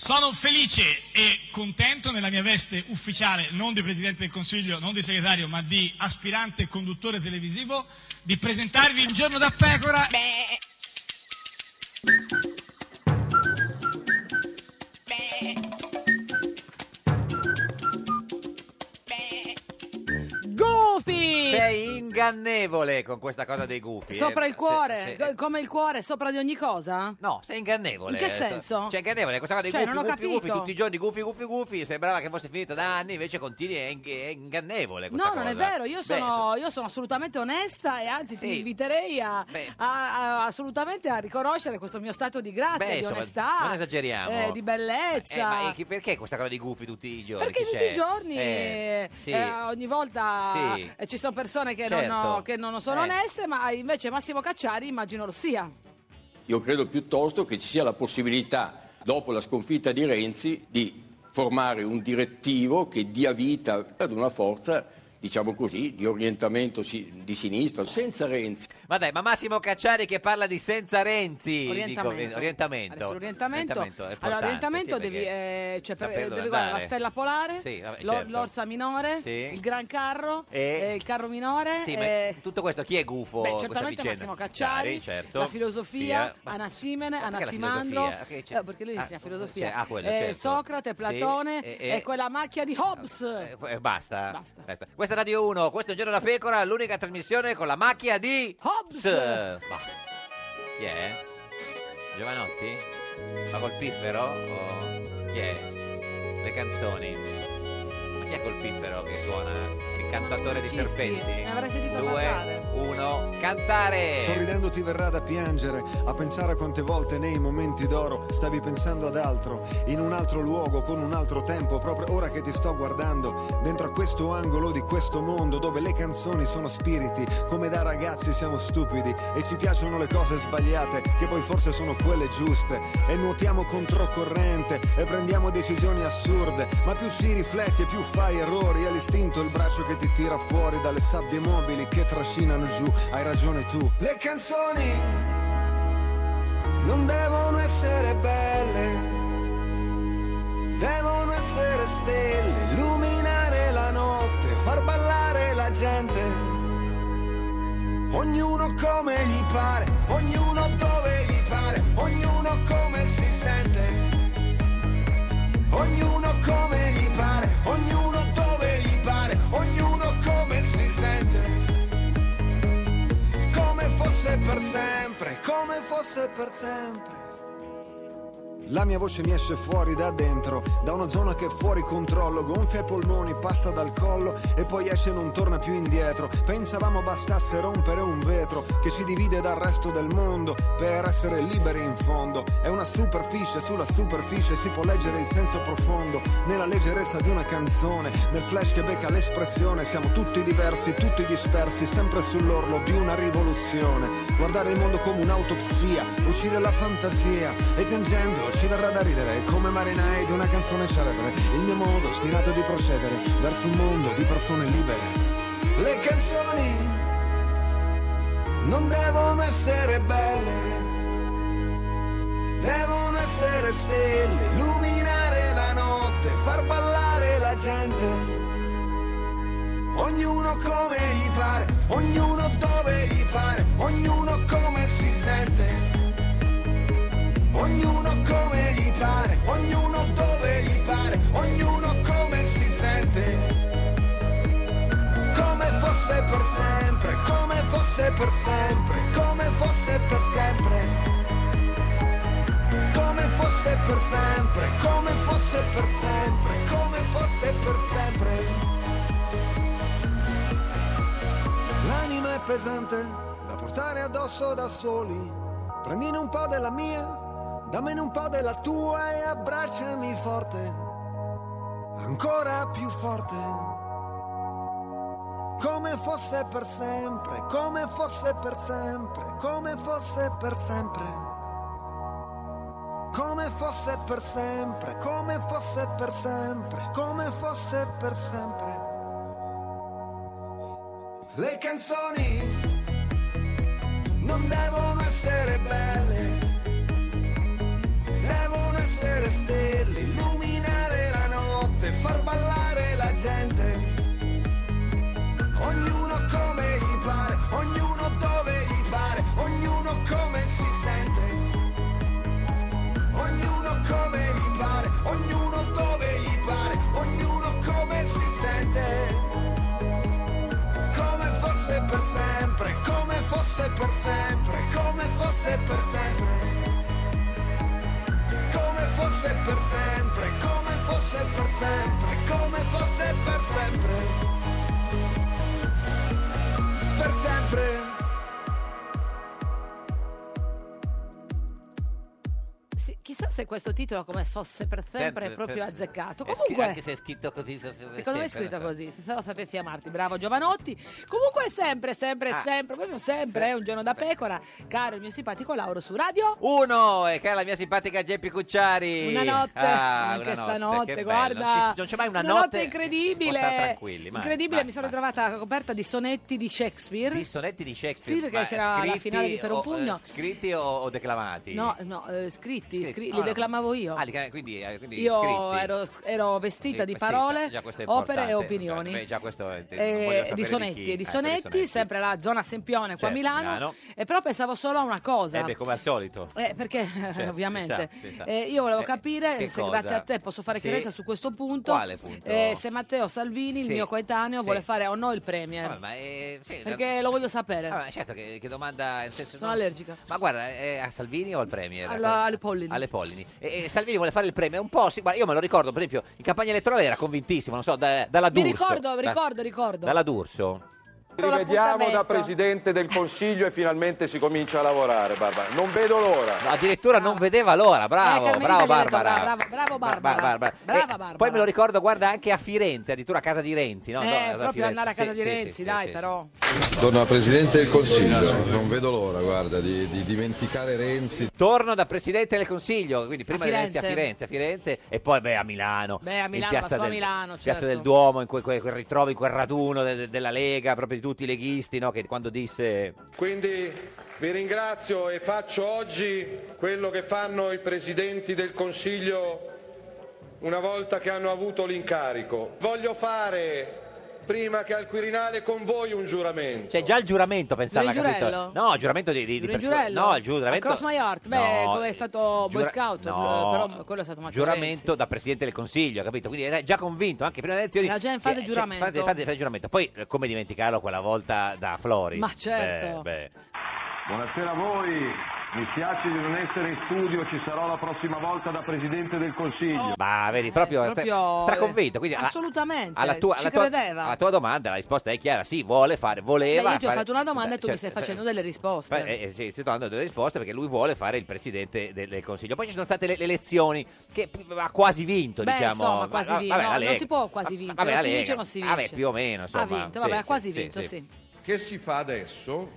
Sono felice e contento nella mia veste ufficiale, non di Presidente del Consiglio, non di segretario, ma di aspirante conduttore televisivo, di presentarvi Un giorno da pecora. Gufi! Sei ingannevole con questa cosa dei gufi. Sopra il cuore, come il cuore sopra di ogni cosa? No, sei ingannevole. In che senso? Cioè, ingannevole, questa cosa dei Cioè, gufi, non ho gufi, capito. gufi, tutti i giorni gufi, sembrava che fosse finita da anni, invece continui, è ingannevole questa No, cosa. non è vero, io sono assolutamente onesta e anzi ti inviterei assolutamente a riconoscere questo mio stato di grazia, di insomma, onestà, non esageriamo. di bellezza. Ma perché questa cosa dei gufi tutti i giorni? Perché tutti i giorni, sì. ogni volta ci sono persone che, Certo. che non sono oneste, ma invece Massimo Cacciari immagino lo sia. Io credo piuttosto che ci sia la possibilità, dopo la sconfitta di Renzi, di formare un direttivo che dia vita ad una forza, diciamo così, di orientamento di sinistra, senza Renzi. Ma dai, ma Massimo Cacciari che parla di senza Renzi. Orientamento. Orientamento. Adesso l'orientamento. È importante, Allora, l'orientamento sì, devi, saperlo devi guardare andare. la stella polare, Sì, vabbè, certo. l'orsa minore, Sì. il gran carro, E- il carro minore. Sì, ma tutto questo chi è gufo? Beh, questa certamente vicenda? Massimo Cacciari, certo. la filosofia, Ma Anasimene, perché la Anasimandro, filosofia? Che c'è? perché lui insegna filosofia, cioè, quello, certo. Socrate, Platone, Sì, e quella macchia di Hobbes. Basta. Questa è Radio 1, questo è Un giorno da pecora, l'unica trasmissione con la macchia di Hobbes. Chi è? Giovanotti? Ma col piffero? O chi è? Le canzoni? Ma chi è col piffero che suona? Il cantatore di musicisti. serpenti? Ne avrei sentito 2, parlare. 1, cantare! Sorridendo ti verrà da piangere, a pensare a quante volte nei momenti d'oro stavi pensando ad altro, in un altro luogo, con un altro tempo, proprio ora che ti sto guardando, dentro a questo angolo di questo mondo dove le canzoni sono spiriti, come da ragazzi siamo stupidi e ci piacciono le cose sbagliate, che poi forse sono quelle giuste, e nuotiamo controcorrente e prendiamo decisioni assurde, ma più ci rifletti e più fai errori, è l'istinto il braccio che ti tira fuori dalle sabbie mobili che trascinano giù, hai ragione tu. Le canzoni non devono essere belle, devono essere stelle, illuminare la notte, far ballare la gente, ognuno come gli pare, ognuno dove gli pare, ognuno come si sente, ognuno come gli pare, ognuno dove gli pare, ognuno come si sente, come fosse per sempre, come fosse per sempre. La mia voce mi esce fuori da dentro, da una zona che è fuori controllo, gonfia i polmoni, passa dal collo e poi esce e non torna più indietro. Pensavamo bastasse rompere un vetro che ci divide dal resto del mondo per essere liberi in fondo. È una superficie, sulla superficie si può leggere il senso profondo, nella leggerezza di una canzone, nel flash che becca l'espressione. Siamo tutti diversi, tutti dispersi, sempre sull'orlo di una rivoluzione. Guardare il mondo come un'autopsia, uccide la fantasia e piangendo ci verrà da ridere come marinai di una canzone celebre. Il mio modo ostinato di procedere verso un mondo di persone libere. Le canzoni non devono essere belle, devono essere stelle, illuminare la notte, far ballare la gente, ognuno come gli pare, ognuno dove gli pare, ognuno come si sente, ognuno come gli pare, ognuno dove gli pare, ognuno come si sente, come fosse per sempre, come fosse per sempre, come fosse per sempre, come fosse per sempre, come fosse per sempre, come fosse per sempre. L'anima è pesante da portare addosso da soli, prendine un po' della mia, dammene un po' della tua e abbracciami forte, ancora più forte, come fosse per sempre, come fosse per sempre, come fosse per sempre, come fosse per sempre, come fosse per sempre, come fosse per sempre. Le canzoni non devono essere belle, devono essere stelle, forse questo titolo, come fosse per sempre, è proprio azzeccato. Comunque, anche se è scritto così. secondo me è scritto così, se no sapessi amarti, bravo Giovanotti. Comunque sempre, proprio sempre, è un giorno da pecora, caro il mio simpatico Lauro su Radio 1, e cara la mia simpatica Geppi Cucciari. Una notte, anche stanotte, guarda, non c'è mai una notte incredibile, si può stare tranquilli, incredibile, mi sono ritrovata coperta di sonetti di Shakespeare. Di sonetti di Shakespeare? Sì, perché c'era la finale di Per un pugno. Scritti o declamati? No, scritti, li declamavo io. Quindi io scritti. ero vestita di parole, opere e opinioni. Beh, già questo di sonetti, sempre la zona Sempione qua a Milano. E però pensavo solo a una cosa. Come al solito. Perché ovviamente si sa. io volevo capire se cosa? grazie a te posso fare chiarezza su questo punto. Quale punto? Se Matteo Salvini, il mio coetaneo, vuole fare o no il premier. Perché lo voglio sapere. Certo, che domanda, nel senso, sono allergica. Ma guarda, a Salvini o al premier? Alle Pollini. Alle Pollini. E Salvini vuole fare il premier un po', guarda, io me lo ricordo, per esempio, in campagna elettorale era convintissimo, non so, dalla D'Urso. Mi ricordo. Dalla D'Urso. Rivediamo da Presidente del Consiglio e finalmente si comincia a lavorare, Barbara. Non vedo l'ora. No, addirittura non vedeva l'ora, bravo Barbara. Bravo Barbara. Poi me lo ricordo, guarda, anche a Firenze, addirittura a casa di Renzi. No? Proprio andare a casa di Renzi, dai, però. Torno da Presidente del Consiglio, non vedo l'ora, guarda, di dimenticare Renzi. Torno da Presidente del Consiglio, quindi prima di Renzi a Firenze e poi a Milano. In Milano, Piazza del Duomo, in quel ritrovo, in quel raduno della Lega, proprio di tutti i leghisti, no? Che quando disse... Quindi vi ringrazio e faccio oggi quello che fanno i Presidenti del Consiglio una volta che hanno avuto l'incarico. Voglio fare... prima che al Quirinale con voi un giuramento. C'è già il giuramento, pensava, capito? No, il giuramento di No, il giuramento. Cross my heart, come è stato Boy Scout, però quello è stato Matteo giuramento Renzi. Da Presidente del Consiglio, capito? Quindi era già convinto anche prima delle elezioni. Era già in fase giuramento. Fase giuramento. Poi come dimenticarlo quella volta da Floris? Ma certo. Buonasera a voi. Mi spiace di non essere in studio, ci sarò la prossima volta da Presidente del Consiglio. Ma vedi, proprio straconvinto. Quindi assolutamente, ci credeva. Alla tua domanda la risposta è chiara, sì, voleva. Io ti ho fatto una domanda e tu mi stai facendo delle risposte. Sì, sto dando delle risposte perché lui vuole fare il Presidente del Consiglio. Poi ci sono state le elezioni che ha quasi vinto, diciamo. Insomma, quasi vinto. Non si può quasi vincere, non si vince o non si vince. Vabbè, più o meno, insomma. Ha vinto, ha quasi vinto, sì. Che si fa adesso?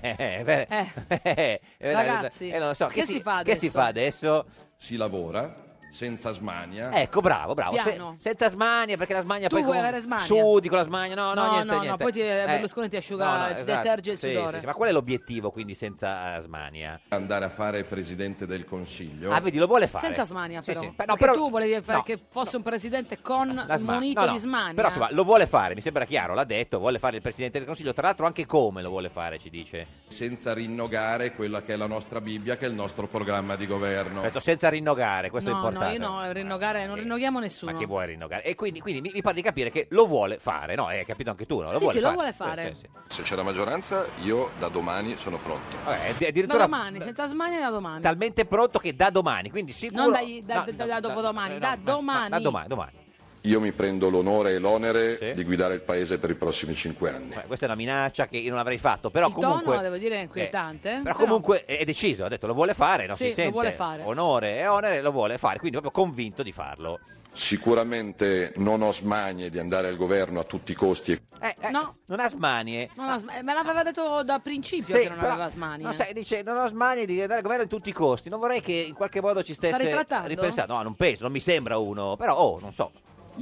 Ragazzi, non lo so. Che si fa adesso? Si lavora senza smania. Ecco, bravo. Senza smania, perché la smania tu poi... vuoi avere smania? Sudi con la smania, niente. Poi Berlusconi ti asciuga, ti deterge il sudore. Sì. Ma qual è l'obiettivo, quindi, senza smania? Andare a fare il Presidente del Consiglio. Ah, vedi, lo vuole fare. Senza smania, però. Sì. Perché tu volevi fare che fosse un Presidente con munito di smania. Però, insomma, lo vuole fare, mi sembra chiaro, l'ha detto, vuole fare il Presidente del Consiglio. Tra l'altro anche come lo vuole fare, ci dice. Senza rinnogare quella che è la nostra Bibbia, che è il nostro programma di governo. Ho detto senza rinnogare, questo è importante. No, io rinnogare, non rinnoghiamo nessuno. Ma che vuoi rinnogare? E quindi mi pare di capire che lo vuole fare, no? Hai capito anche tu, no? Lo vuole fare. Sì. Se c'è la maggioranza, io da domani sono pronto. Addirittura da domani, senza smania da domani. Talmente pronto che da domani, quindi sicuro... Non da dopodomani, da domani. Da domani. Io mi prendo l'onore e l'onere di guidare il Paese per i prossimi 5 anni. Questa è una minaccia che io non avrei fatto, però il comunque... tono, devo dire, è inquietante. Però comunque è deciso, ha detto lo vuole fare, non si sente. Lo vuole fare. Onore e onere, lo vuole fare, quindi proprio convinto di farlo. Sicuramente non ho smanie di andare al governo a tutti i costi. No. Non ha smanie. Me l'aveva detto da principio che non aveva smanie. Dice non ho smanie di andare al governo a tutti i costi. Non vorrei che in qualche modo ci stesse ripensando. No, non penso, non mi sembra uno, però non so.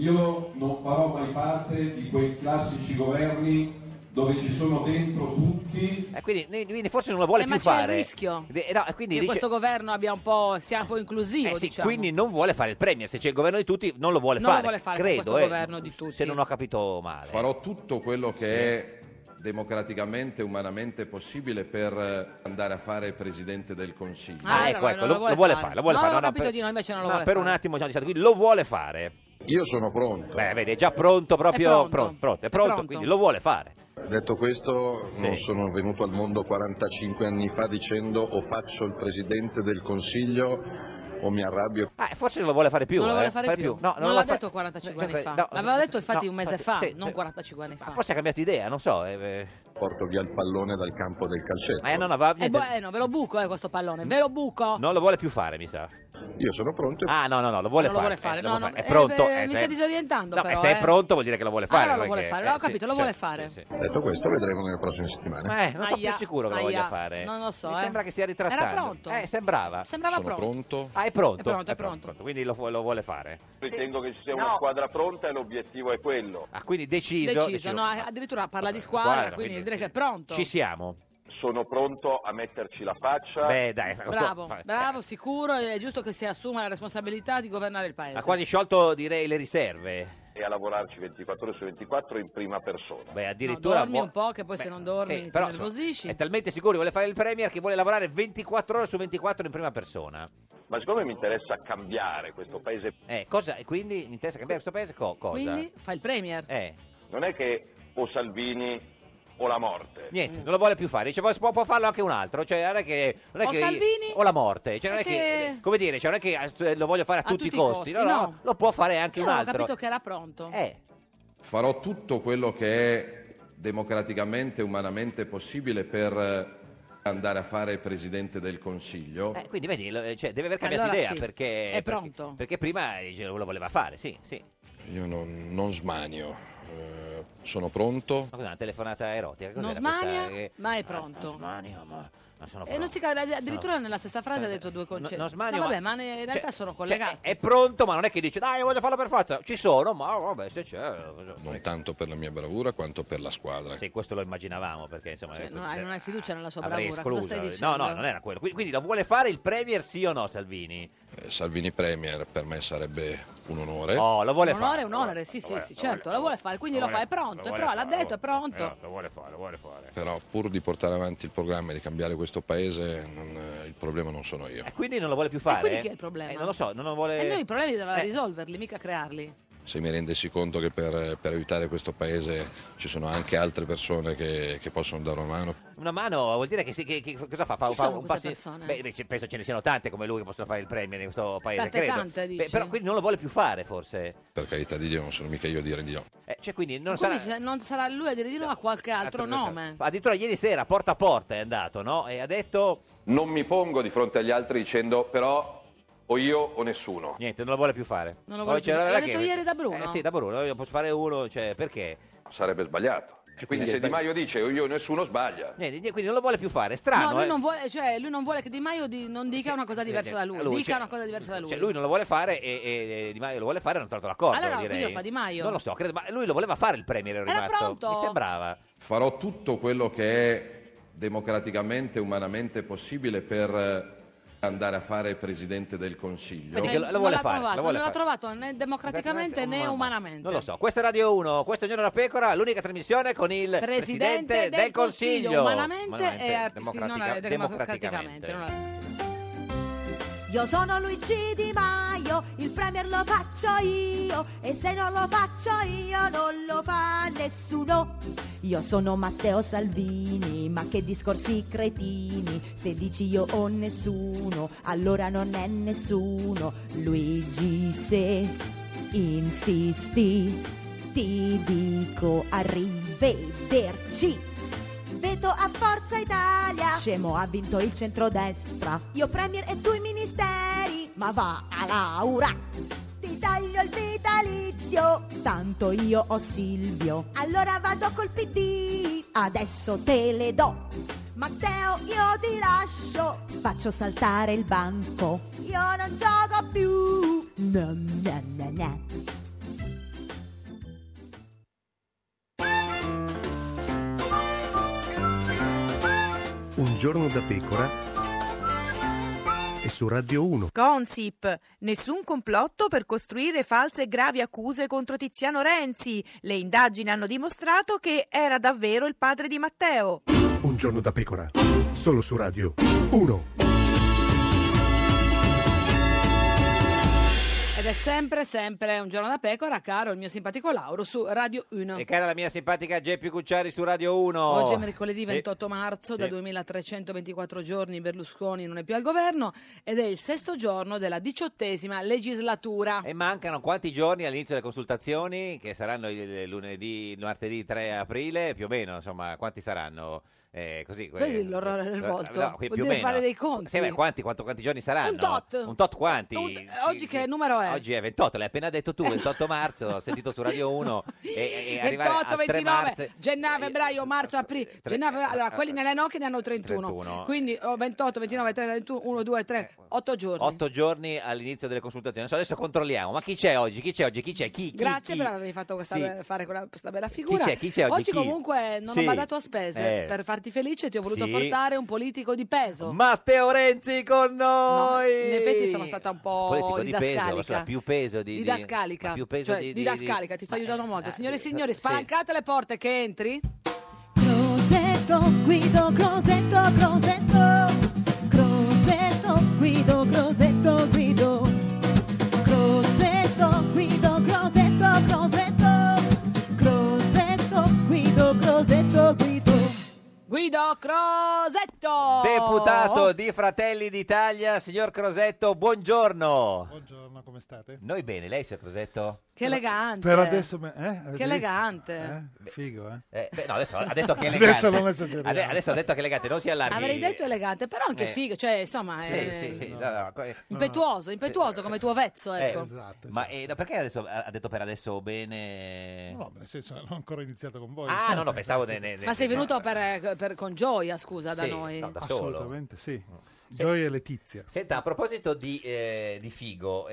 Io non farò mai parte di quei classici governi dove ci sono dentro tutti. Quindi forse non lo vuole più fare. Ma c'è il rischio quindi che questo governo sia un po' inclusivo, diciamo. Quindi non vuole fare il premier, se c'è il governo di tutti non lo vuole fare. Non lo vuole fare credo, questo governo di tutti. Se non ho capito male. Farò tutto quello che è democraticamente, umanamente possibile per andare a fare il Presidente del Consiglio. Lo vuole fare. Non ho capito di noi, invece non lo vuole fare. Per un attimo quindi lo vuole fare. Io sono pronto. Vedi, è già pronto proprio. È pronto, quindi lo vuole fare. Detto questo, non sono venuto al mondo 45 anni fa dicendo o faccio il Presidente del Consiglio o mi arrabbio. Forse non lo vuole fare più. Non lo vuole fare più. No, non l'ha detto 45 anni fa. L'aveva detto infatti un mese fa, non 45 anni fa. Forse ha cambiato idea, non so. porto via il pallone dal campo del calcetto. No, va, no, ve lo buco questo pallone, ve lo buco. Non lo vuole più fare, mi sa. Io sono pronto. No, lo vuole non fare. Lo vuole fare. È pronto. Mi stai disorientando, no, però. Se è pronto vuol dire che lo vuole fare. Lo vuole fare, ho capito, lo vuole fare. Sì. Detto questo, vedremo nelle prossime settimane. Non sono più sicuro che lo voglia fare. Non lo so. Mi sembra che stia ritrattando. Era pronto. Sembrava Sono pronto. È pronto. È pronto. Quindi lo vuole fare. Ritengo che ci sia una squadra pronta e l'obiettivo è quello. Quindi deciso. No, addirittura parla di squadra, quindi vuol dire che è pronto. Ci siamo. Sono pronto a metterci la faccia. Beh, dai. Bravo, sicuro, è giusto che si assuma la responsabilità di governare il paese. Ha quasi sciolto, direi, le riserve. E a lavorarci 24 ore su 24 in prima persona. Beh, addirittura dormi un po', che poi se non dormi ti nervosisci. È talmente sicuro che vuole fare il premier che vuole lavorare 24 ore su 24 in prima persona. Ma siccome mi interessa cambiare questo paese. Cosa? E quindi mi interessa cambiare questo paese? Cosa? Quindi fa il premier. Non è che o Salvini o la morte. Niente, non lo vuole più fare. Dice, può farlo anche un altro. Cioè, non è che Salvini o la morte. Cioè, non è che, come dire, non è che lo voglio fare a tutti i costi. No, lo può fare anche un altro. Ho capito che era pronto. Farò tutto quello che è democraticamente, umanamente possibile per andare a fare presidente del Consiglio. Quindi vedi, deve aver cambiato idea, sì, perché è pronto. Perché prima lo voleva fare, sì. Io non smanio. Sono pronto. Ma cos'è, una telefonata erotica? Cos'era non smania, questa? ma è pronto. Non smanio, ma sono non si addirittura nella stessa frase ha detto due concetti. Non smanio, no, vabbè, ma in realtà sono collegati. È pronto, ma non è che dice dai, voglio farlo per forza. Ci sono, ma vabbè, se c'è. Non tanto per la mia bravura quanto per la squadra. Sì, questo lo immaginavamo, perché insomma non hai fiducia nella sua avrei bravura. escluso. Cosa stai dicendo? No, non era quello. Quindi lo vuole fare il premier, sì o no, Salvini? Salvini premier per me sarebbe un onore. Lo vuole fare. Un onore, sì, certo, lo vuole fare, quindi lo fa, è pronto, l'ha detto, è pronto. Lo vuole fare. Però pur di portare avanti il programma e di cambiare questo paese, il problema non sono io. E quindi non lo vuole più fare? E quindi chi è il problema? Non lo so, non lo vuole. E noi i problemi doveva risolverli, mica crearli. Se mi rendessi conto che per aiutare questo paese ci sono anche altre persone che possono dare una mano. Una mano vuol dire che cosa fa? Chi sono queste persone? Penso ce ne siano tante come lui che possono fare il premier in questo paese, Tante, dici? Però quindi non lo vuole più fare, forse? Per carità di Dio, non sono mica io a dire di no. Quindi non sarà lui a dire di no a qualche altro nome. Addirittura ieri sera, porta a porta è andato, no? E ha detto... Non mi pongo di fronte agli altri dicendo però... o io o nessuno. Niente, non lo vuole più fare. Non lo vuole più. L'ha detto ieri da Bruno? Sì, da Bruno. Io posso fare uno, perché? Sarebbe sbagliato. Quindi se Di Maio dice o io o nessuno sbaglia. Niente, quindi non lo vuole più fare. Strano. No, lui non vuole che Di Maio non dica una cosa diversa da lui. Dica una cosa diversa da lui. Lui non lo vuole fare e Di Maio lo vuole fare, hanno trovato l'accordo. Allora direi. Lo fa Di Maio. Non lo so, credo, ma lui lo voleva fare il premier, era rimasto. Pronto? Mi sembrava. Farò tutto quello che è democraticamente, umanamente possibile per andare a fare presidente del Consiglio. Non l'ha trovato né democraticamente né umanamente. Non lo so. Questa è Radio 1, questo è Giorno da Pecora, l'unica trasmissione con il Presidente del Consiglio. Umanamente e democraticamente. Io sono Luigi Di Maio, il premier lo faccio io, e se non lo faccio io non lo fa nessuno. Io sono Matteo Salvini, ma che discorsi cretini, se dici io o nessuno, allora non è nessuno. Luigi, se insisti, ti dico arrivederci. Veto a Forza Italia, scemo, ha vinto il centrodestra. Io premier e tu i ministeri, ma va a Laura. Ti taglio il vitalizio, tanto io ho Silvio. Allora vado col PD, adesso te le do. Matteo, io ti lascio, faccio saltare il banco. Io non gioco più, no. Un giorno da pecora e su Radio 1. Consip, nessun complotto per costruire false e gravi accuse contro Tiziano Renzi. Le indagini hanno dimostrato che era davvero il padre di Matteo. Un giorno da pecora, solo su Radio 1. Ed è sempre un giorno da pecora, caro il mio simpatico Lauro su Radio 1. E cara la mia simpatica Geppi Cucciari su Radio 1. Oggi è mercoledì 28 Sì. marzo, Sì. da 2324 giorni Berlusconi non è più al governo ed è il 6° giorno della 18ª legislatura. E mancano quanti giorni all'inizio delle consultazioni, che saranno il martedì 3 aprile, più o meno, insomma, quanti saranno? Così, Vedi l'orrore nel volto? No, qui Vuol più o dire meno. fare dei conti. Sì, beh, quanti giorni saranno? Un tot quanti? Oggi che numero è? Oggi è 28, l'hai appena detto tu, 28 marzo, ho sentito su Radio 1 e arrivare 28, al 3 29, marzo... gennaio, febbraio, marzo, aprile. Allora, quelli nelle Noche ne hanno 31. 31. Quindi 28, 29, 30, 21, 1, 2, 3, 8 giorni. 8 giorni all'inizio delle consultazioni. Adesso controlliamo. Ma chi c'è oggi? Chi? Grazie per avermi fatto fare questa bella figura. Chi c'è oggi? Oggi comunque non ho badato a spese per farti felice, ti ho voluto portare un politico di peso. Matteo Renzi con noi! No, in effetti sono stata un po' Politico di peso, didascalica. più peso di... Didascalica. Ma più peso Cioè, didascalica, ti sto aiutando molto. Signore e signori, sì. spalancate le porte che entri. Crosetto, Guido, Crosetto, Crosetto. Crosetto, Guido, Crosetto, Guido. Crosetto, Guido, Crosetto, Crosetto. Crosetto, Guido, Crosetto, Guido. Guido Crosetto! Deputato di Fratelli d'Italia, signor Crosetto, buongiorno. Buongiorno, come state? Noi bene, lei signor Crosetto? Che elegante. Per adesso... Che elegante. Figo, eh? No, adesso ha detto che è elegante. Adesso non esageriamo. Adesso ha detto che è elegante, non si allarghi. Avrei detto elegante, però anche Eh. figo, cioè insomma è Sì. impetuoso come tuo vezzo, ecco. Esatto. Ma perché adesso ha detto per adesso bene? No, nel senso, non ho ancora iniziato con voi. Ah, no, pensavo... Ma sei venuto con gioia, scusa, da Sì, noi. no, da solo. Assolutamente sì. Gioia e Letizia. Senta, a proposito di Figo,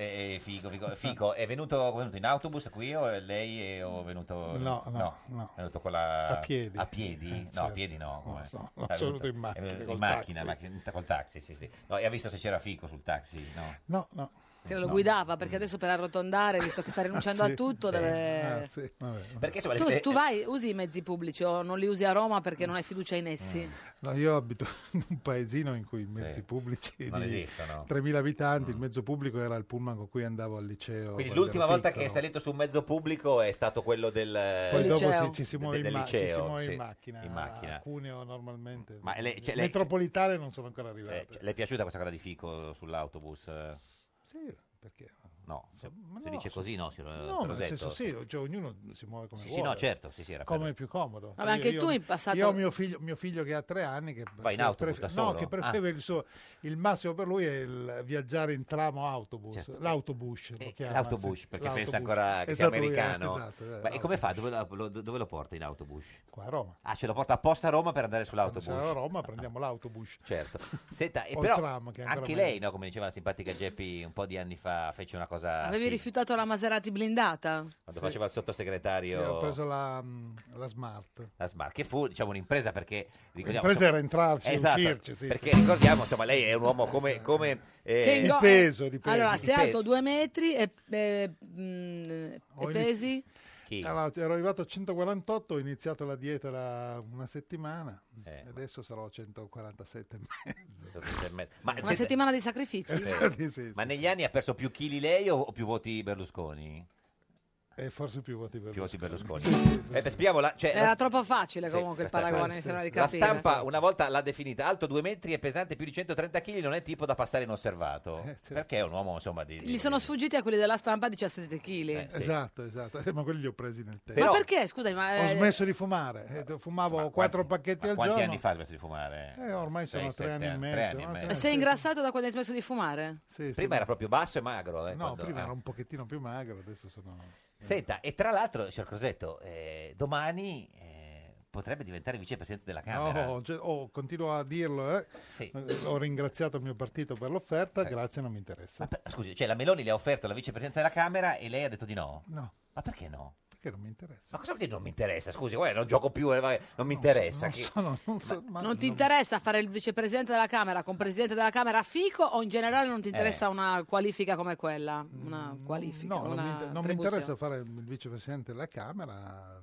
Fico, è venuto in autobus qui o lei è venuto... No. È venuto con la... A piedi. A piedi? No, certo. a piedi no. No, come? no, sono venuto in macchina, In col macchina, taxi. col taxi, sì. No, e ha visto se c'era Fico sul taxi? No. No. Se lo guidava, perché adesso per arrotondare, visto che sta rinunciando Sì, a tutto, sì. deve... Sì, vabbè. Perché insomma, Tu usi i mezzi pubblici o non li usi a Roma perché non hai fiducia in essi? No, io abito in un paesino in cui i mezzi pubblici non di esistono. 3.000 abitanti, il mezzo pubblico era il pullman con cui andavo al liceo. Quindi quando l'ultima ero volta piccolo. che è salito su un mezzo pubblico è stato quello del Poi dopo liceo. ci si muove, del in, ci si liceo, muove sì, in macchina. in macchina. A Cuneo normalmente. Ma lei- cioè, Metropolitane non sono ancora arrivate. le è piaciuta questa cosa di Fico sull'autobus? Sì, perché? No, se no, dice così no, signor No, nel Crosetto. senso sì, cioè, ognuno si muove come Sì, vuole. no, certo, sì, era come è più comodo. Vabbè, anche tu in passato- Io ho mio figlio che ha 3 anni che Va in autobus da solo? No, che prefere il massimo per lui è il viaggiare in tram o autobus, Certo. l'autobus lo chiama. L'autobus, sì. perché L'autobus. pensa ancora che Esatto, sia americano. esatto, Ma e come fa? Dove lo porta in autobus? Qua a Roma. Ah, ce lo porta apposta a Roma per andare Quando sull'autobus? siamo a Roma prendiamo l'autobus. Certo. Senta, O il però tram, che è ancora anche meglio. lei, no, come diceva la simpatica Geppi un po' di anni fa, fece una cosa Avevi sì, rifiutato la Maserati blindata? quando faceva il Sì, sottosegretario ho preso la Smart. la Smart, che fu diciamo un'impresa perché L'impresa era entrarci, esatto, uscirci, sì, perché sì. ricordiamo, insomma, lei è un uomo come Che il peso, dipende. Allora, sei Dipende. alto 2 metri e Ho pesi? chi? Allora, ero arrivato a 148, ho iniziato la dieta una settimana, Eh. adesso sarò a 147 e mezzo. Ma, Una senta- settimana di sacrifici? Sì, ma negli anni ha perso più chili lei o più voti Berlusconi? E forse più voti per Più voti Berlusconi. Sì, sì, sì. Spieghiamo cioè, Era troppo facile comunque il questa è paragone, facile. mi sembra di La capire. stampa una volta l'ha definita alto 2 metri e pesante più di 130 kg, non è tipo da passare inosservato. Perché è un uomo insomma di... Gli sono sfuggiti a quelli della stampa 17 kg. sì. Esatto, ma quelli li ho presi nel tempo. Ma perché? Scusami, ma Ho smesso di fumare, fumavo 4 pacchetti al Quanti giorno. anni fa ha smesso di fumare? Ormai sono 3 anni e mezzo. 3 anni e no? mezzo. Ma sei ingrassato da quando hai smesso di fumare? Sì, Prima era proprio basso e magro. No, quando- prima era un pochettino più magro, adesso sono... Senta, e tra l'altro, signor Crosetto, domani potrebbe diventare vicepresidente della Camera. No, continuo a dirlo. Sì. Ho ringraziato il mio partito per l'offerta, grazie, non mi interessa. Scusi, cioè la Meloni le ha offerto la vicepresidenza della Camera e lei ha detto di no? No. Ma perché no? Perché non mi interessa. Ma cosa vuol dire non mi interessa? Scusi, guarda, non gioco più, non mi interessa. Non ti interessa fare il vicepresidente della Camera con presidente della Camera Fico o in generale non ti interessa una qualifica come quella? Una qualifica, No, non una mi attribuzione? interessa fare il vicepresidente della Camera.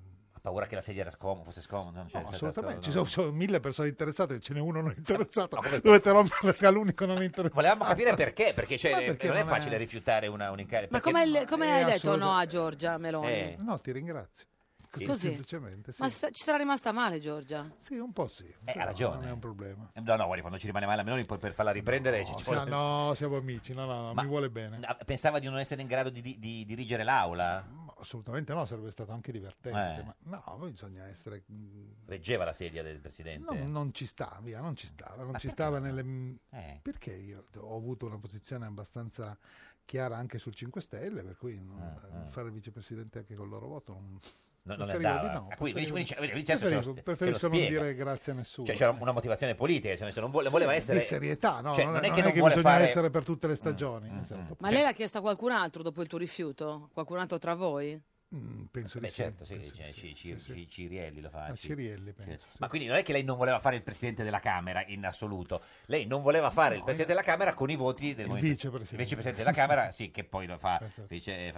paura che la sedia fosse scomoda. Non c'è, No, c'è- assolutamente, no. ci sono 1000 persone interessate, ce n'è uno non interessato. come- Dovete rompere sia l'unico non interessato. Volevamo capire perché, perché, Ma perché non è non facile è- rifiutare un incarico. Ma perché- come hai detto no a Giorgia Meloni? No, ti ringrazio. Così, Così? semplicemente, sì. Ma ci sarà rimasta male Giorgia? Sì, un po' sì. ha però ragione. Non è un problema. No, guarda, quando ci rimane male la Meloni, poi per farla riprendere ci vuole- No, siamo amici, no, Ma- mi vuole bene. Pensava di non essere in grado di dirigere l'aula? Assolutamente no, sarebbe stato anche divertente. Eh. Ma no, poi bisogna essere... Reggeva la sedia del presidente? No, non ci sta, via, non ci stava. Non Ma ci perché stava no? nelle... Eh. Perché io ho avuto una posizione abbastanza chiara anche sul 5 Stelle, per cui fare il vicepresidente anche col loro voto non... Non preferivo andava. di no, Quindi preferivo- certo ce lo preferisco non spiega. dire grazie a nessuno. Cioè c'era una motivazione politica, nel senso, non voleva essere... Di serietà, no? Cioè, non, non è non che non che vuole bisogna fare... essere per tutte le stagioni. esatto. Ma lei l'ha chiesto a qualcun altro dopo il tuo rifiuto? Qualcun altro tra voi? Penso Beh, di certo, sì. sì, cioè, Cirielli lo fa. Ah, Cirielli, penso, sì. Ma quindi non è che lei non voleva fare il presidente della Camera in assoluto, lei non voleva fare il presidente della Camera con i voti del movimento. vicepresidente. Il vicepresidente della Camera, sì, che poi lo fa, Esatto.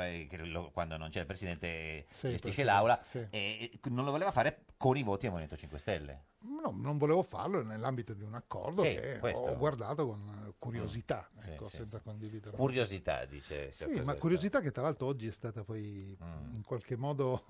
quando non c'è il presidente Sì, gestisce presidente, l'aula, sì. e non lo voleva fare con i voti del Movimento 5 Stelle. No, non volevo farlo nell'ambito di un accordo Sì, che questo. ho guardato con curiosità, Sì, ecco, sì. senza condividerlo. Curiosità, dice. Sì, ma curiosità che tra l'altro oggi è stata poi in qualche modo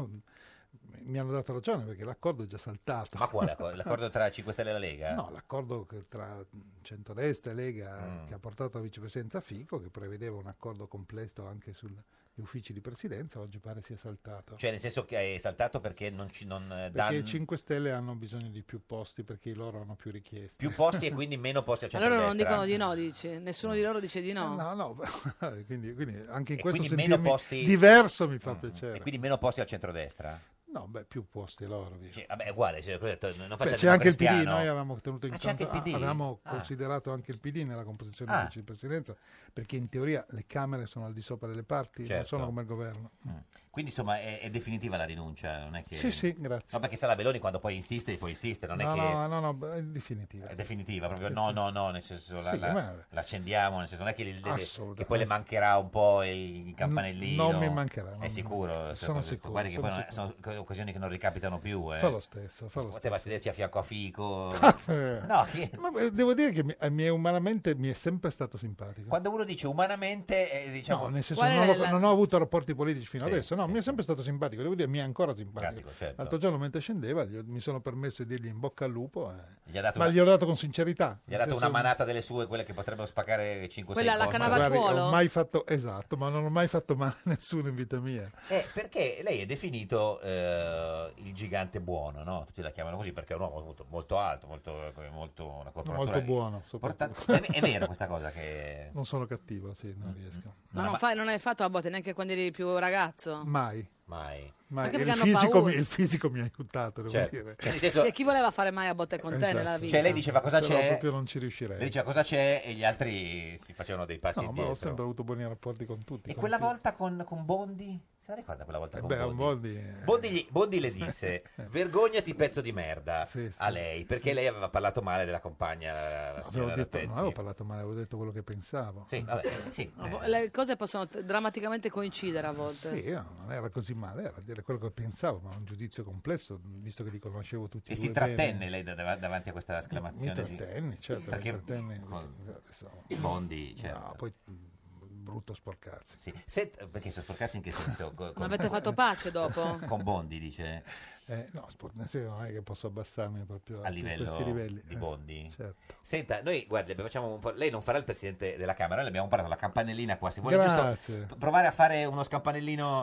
mi hanno dato ragione perché l'accordo è già saltato. Ma quale accordo? L'accordo tra 5 Stelle e la Lega? No, l'accordo tra centrodestra e Lega che ha portato a vicepresidenza Fico, che prevedeva un accordo completo anche sugli uffici di presidenza, oggi pare sia saltato. Cioè nel senso che è saltato perché non Perché danno i 5 Stelle hanno bisogno di più posti perché loro hanno più richieste. più posti e quindi meno posti al Allora centrodestra. non dicono di no, dici? Nessuno di loro dice di no? No, quindi anche in E questo quindi meno sentirmi posti- diverso mi fa piacere. E quindi meno posti al centrodestra? No, beh, più posti loro. Via. Cioè, vabbè, è uguale, cioè, cosa ho detto, non faccia Beh, il c'è anche il PD, democristiano. noi avevamo tenuto in c'è anche il conto, PD? avevamo Ah. considerato anche il PD nella composizione Ah. dei uffici di presidenza, perché in teoria le Camere sono al di sopra delle parti, non Certo. sono come il governo. Quindi insomma è definitiva la rinuncia, non è che... Sì, sì, grazie. No, perché sa la Meloni quando poi insiste, non è No, che... no, è definitiva. È definitiva, proprio Sì, no, sì. no, nel senso Sì, ma- l'accendiamo, nel senso non è che, Assolutamente. che poi le mancherà un po' il campanellino. Non mi mancherà. È sicuro? Sono sicuro. Guardi che sono poi sicuro. sono occasioni che non ricapitano più. Fa lo stesso. Poteva sedersi a fianco a Fico. Eh. No, Ma devo dire che umanamente mi è sempre stato simpatico. quando uno dice umanamente, diciamo... No, nel senso Qual è la- non ho avuto rapporti politici fino Sì, adesso, no, mi è sempre stato simpatico, devo dire, mi è ancora simpatico. Simpatico, certo. L'altro giorno mentre scendeva mi sono permesso di dirgli in bocca al lupo, Gli ha dato ma una- gliel'ho dato con sincerità. Gli ha nel dato senso- una manata delle sue, quelle che potrebbero spaccare 5-6 Quella alla posti. Canavacciuolo? Guardi, ho mai fatto, esatto, ma non ho mai fatto male a nessuno in vita mia. Perché lei è definito il gigante buono, no? Tutti la chiamano così perché è un uomo molto alto, una corporatura Molto buono, soprattutto. È vero questa cosa che... Non sono cattivo, sì, non riesco. Ma non hai fatto a botte neanche quando eri più ragazzo? Mai. Mai. Anche Il perché hanno paura. il fisico mi ha aiutato, devo Certo. dire. Cioè, nel senso- E chi voleva fare mai a botte con te Esatto. nella vita? Cioè lei diceva cosa Però c'è, proprio non ci riuscirei. lei diceva cosa c'è e gli altri si facevano dei passi No, ma indietro. ho sempre avuto buoni rapporti con tutti. E con quella tutti. volta con Bondi? Se la ricorda quella volta con Beh, un Bondi? Bondi, Bondi le disse vergognati pezzo di merda Sì, sì, a lei perché lei aveva parlato male della compagna la signora Rapetti. non avevo parlato male, avevo detto quello che pensavo. Sì, vabbè, sì. Le cose possono drammaticamente coincidere a volte. Sì, no, non era così male, era dire quello che pensavo, ma un giudizio complesso, visto che li conoscevo tutti E e si due trattenne bene. lei davanti a questa Mi esclamazione di... trattenni, certo, Perché mi trattenni. Bondi, certo. No, poi brutto sporcarsi. Sì. Perché se sporcarsi in che senso? Ma avete fatto pace dopo? Con Bondi, dice? No, nel senso non è che posso abbassarmi proprio A livello questi livelli. di Bondi? Certo. Senta, noi guardi, facciamo un po'... lei non farà il presidente della Camera, noi abbiamo parlato la campanellina qua, se vuole Grazie. giusto provare a fare uno scampanellino...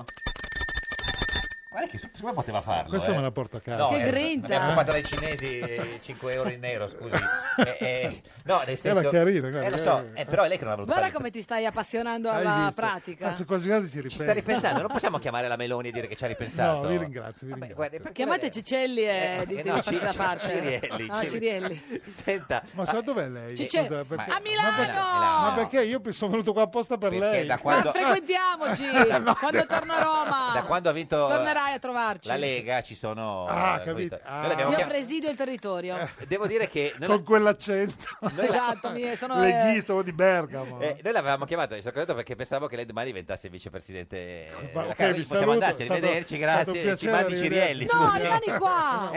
Guarda che come poteva farlo? Questa me la porto a casa. No, Che grinta! abbiamo comprato dai cinesi 5 euro in nero, scusi. No, nel senso... Era carino, guarda, lo so, però è lei che non ha voluto Guarda fare il come ti stai appassionando Hai alla visto? pratica. Anzi, quasi quasi ci Ci sta ripenso. ripensando, non possiamo chiamare la Meloni e dire che ci ha ripensato. No, vi ringrazio, vi Vabbè, ringrazio. guardi, perché Chiamate Cicelli e dite no, di farsi da parte. Cirielli, No, Cirielli. Senta, Ma sa dov'è lei? Cicce- Scusa, perché- a Milano! Ma perché io sono venuto qua apposta per Perché lei? da quando- Ma frequentiamoci! Quando torno a Roma! da quando ha vinto Tornerai a trovarci. la Lega ci sono... Ah, capito. Noi l'abbiamo Io chiam- presidio il territorio. Devo dire che... Con quella quell'accento. Esatto, sono leghista o di Bergamo. Noi l'avevamo chiamato, perché pensavo che lei domani diventasse vicepresidente della ok, Camera. vi Possiamo saluto, andarci, è stato- arrivederci, è stato un grazie. Ci piacere, mandi Cirielli. No, scusi. rimani qua.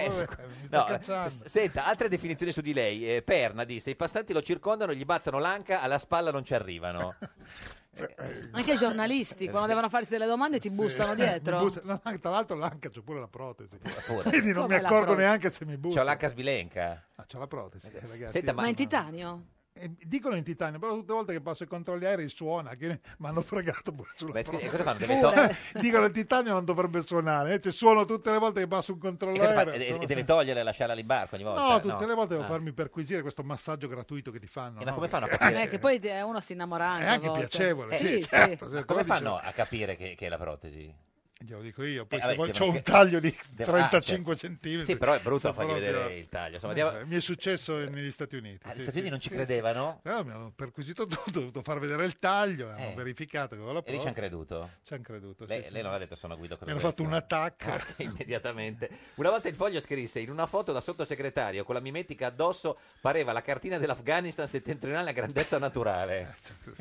Senta, altre definizioni su di lei. Perna disse: i passanti lo circondano, gli battono l'anca, alla spalla non ci arrivano. Anche i giornalisti, quando devono farti delle domande, ti bussano dietro. No, tra l'altro l'anca c'ho pure la protesi. Pure. Quindi non mi Come la accorgo protesi? neanche se mi bussano. C'ho l'anca sbilenca. C'ho la protesi, ragazzi. Senta, Ma in titanio? Dicono in titanio, però tutte le volte che passo i controlli aerei suona, che mi hanno fregato pure sulla Beh, scusi, protesi. cosa fanno? Deve Dicono il titanio non dovrebbe suonare, cioè suono tutte le volte che passo un controllo E cosa fa? aereo. sono Deve sempre- togliere e lasciarla all'imbarco ogni volta? No, tutte le volte devo Ah. farmi perquisire questo massaggio gratuito che ti fanno. Ma no? come fanno a Perché- capire? Che poi uno si innamora anche. È anche a volte. piacevole, sì, sì. certo. Ma come fanno a capire che è la protesi? Glielo dico io, poi vabbè, se vuoi devono- c'ho un taglio di devo- 35 certo. centimetri. Sì, però è brutto Sono fargli proprio- vedere il taglio. Insomma, andiamo- Mi è successo negli Stati Uniti. Ah, sì, gli Stati sì, Uniti non ci sì, credevano? sì. Mi hanno perquisito tutto, ho dovuto far vedere il taglio, hanno verificato che avevo la E lì prova. ci hanno creduto? Ci hanno creduto, Lei, sì, lei sì. non ha detto sono Guido Mi hanno Crosetto. fatto un attacco. Immediatamente. Una volta il Foglio scrisse: in una foto da sottosegretario con la mimetica addosso pareva la cartina dell'Afghanistan settentrionale a grandezza naturale.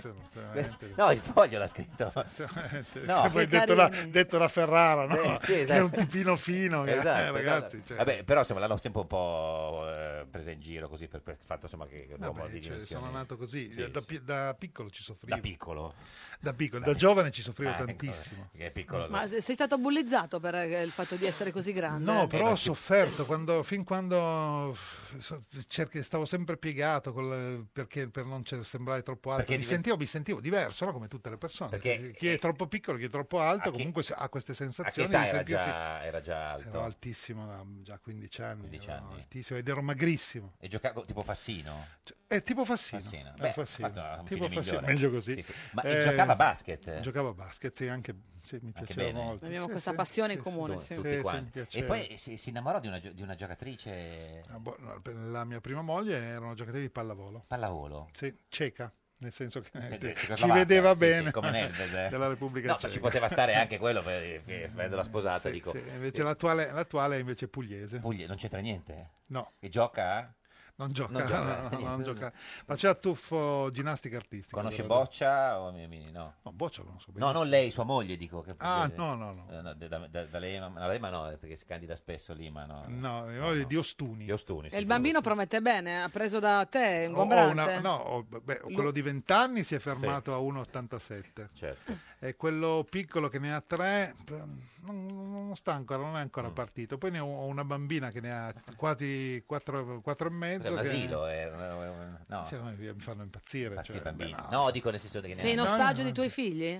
No, il Foglio l'ha scritto. No. Poi detto da Ferrara, no? Sì, Che è esatto. un tipino fino, che- Esatto, ragazzi. no. cioè- Vabbè, però insomma l'hanno sempre un po' presa in giro così per il fatto insomma che è un uomo Vabbè, di cioè, dimensioni. sono nato così, Sì, da piccolo ci soffrivo. Da piccolo? Da giovane ci soffrivo ecco, tantissimo. che è piccolo. Ma sei stato bullizzato per il fatto di essere così grande? No, però ho sofferto fin quando stavo sempre piegato perché per non sembrare troppo alto. Perché Mi sentivo diverso, no? Come tutte le persone. Perché- chi è troppo piccolo, chi è troppo alto, A che- comunque ha queste A che sensazioni età di sentirsi. era già alto? Ero altissimo, già a 15 anni. 15 ero anni. altissimo ed ero magrissimo. E giocavo tipo Fassino? È tipo Fassino. Fassino. È Beh, Fassino. ha fatto un Tipo figlio Fassino, migliore. meglio così. Sì, sì. Ma e giocava a basket? Giocavo a basket, sì, anche sì, mi piaceva bene. molto. Abbiamo Sì, questa sì, passione in sì, comune. sì, sì. Tutti sì, quanti. mi E piaceva. poi si innamorò di una giocatrice La mia prima moglie era una giocatrice di pallavolo. pallavolo. Sì, ceca, nel senso che ci Cecoslovacca, vedeva sì, bene sì, come Nedved, della Repubblica No, ma Ceca. ci poteva stare anche quello avendola sposata, Sì, dico. sì, invece l'attuale è invece pugliese. Non c'entra niente? No. E gioca? Non gioca, Non gioca. no, non gioca. Faceva tuffo ginnastica artistica. Conosce però. Boccia o no? No, Boccia lo conosco No, benissimo. non lei, sua moglie, dico. Che Ah, no. Da Lema, no, Lema no, ha detto che si candida spesso lì, ma no. No, mia moglie è di Ostuni. Di Ostuni, E il bambino promette bene, ha preso da te, Ho ingombrante. quello di 20 anni si è fermato a 1,87. Certo. E quello piccolo che ne ha 3 non sta ancora, non è ancora partito. Poi ne ho una bambina che ne ha quasi 4 e mezzo. È un che- asilo? No. Sì, mi fanno impazzire. Impazzire cioè, bambini. beh, No, dico nel senso che Sei in ostaggio di tuoi figli?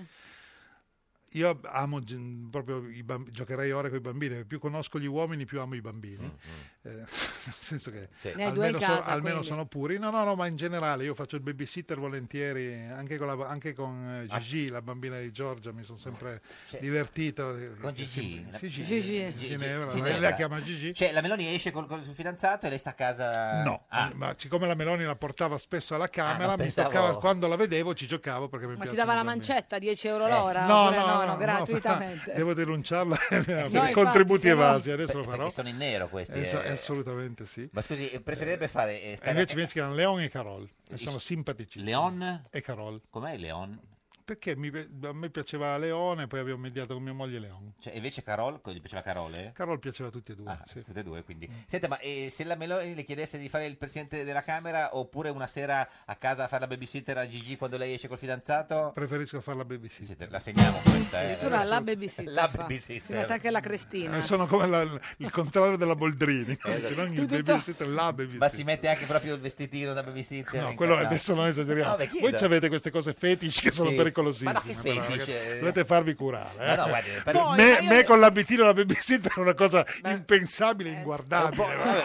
Io amo proprio giocherei ore con i bambini, più conosco gli uomini più amo i bambini. Nel senso che Sì. Ne hai due in casa, almeno quindi. sono puri. No, ma in generale io faccio il babysitter volentieri, anche con Gigi, la bambina di Giorgia, mi sono sempre divertito. Con Gigi? Sì, Gigi. Ginevra. Ginevra. Lei la chiama Gigi? Cioè, la Meloni esce col suo fidanzato e lei sta a casa? No, Ah. ma siccome la Meloni la portava spesso alla Camera, no, mi pensavo- toccava, quando la vedevo ci giocavo perché mi Ma ti piacciono dava la i bambini. mancetta, 10 euro l'ora? No, Oppure no, gratuitamente. devo denunciarla per infatti, contributi se no- evasi, adesso lo farò. Perché sono in nero questi. Assolutamente sì. Ma scusi, preferirebbe fare... E invece mi si chiamano Leon e Carol, e I- sono simpaticissimi. Leon? E Carol. Com'è Leon? Perché a me piaceva Leone, poi abbiamo mediato con mia moglie Leon. Cioè, invece Carol, gli piaceva Carole? Carol piaceva a tutti e due. Ah, sì. tutte e due, quindi. Senta, ma se la Meloni le chiedesse di fare il presidente della Camera oppure una sera a casa a fare la babysitter a Gigi quando lei esce col fidanzato? Preferisco fare la babysitter. La segniamo questa, Addirittura la babysitter. La fa. babysitter. Si mette anche la crestina. Sono come il contrario della Boldrini. Esatto. Non il Tutto- babysitter, la babysitter. Ma si mette anche proprio il vestitino da babysitter? No, quello No. adesso non esageriamo. No, beh, Voi chiedo. avete queste cose fetici che sono Sì, pericolosissime. ma no, che però, fetici? ragazzi. Dovete farvi curare. No, no, guardi, per- Poi, me, ma io- me con l'abitino e la babysitter è una cosa impensabile, inguardabile.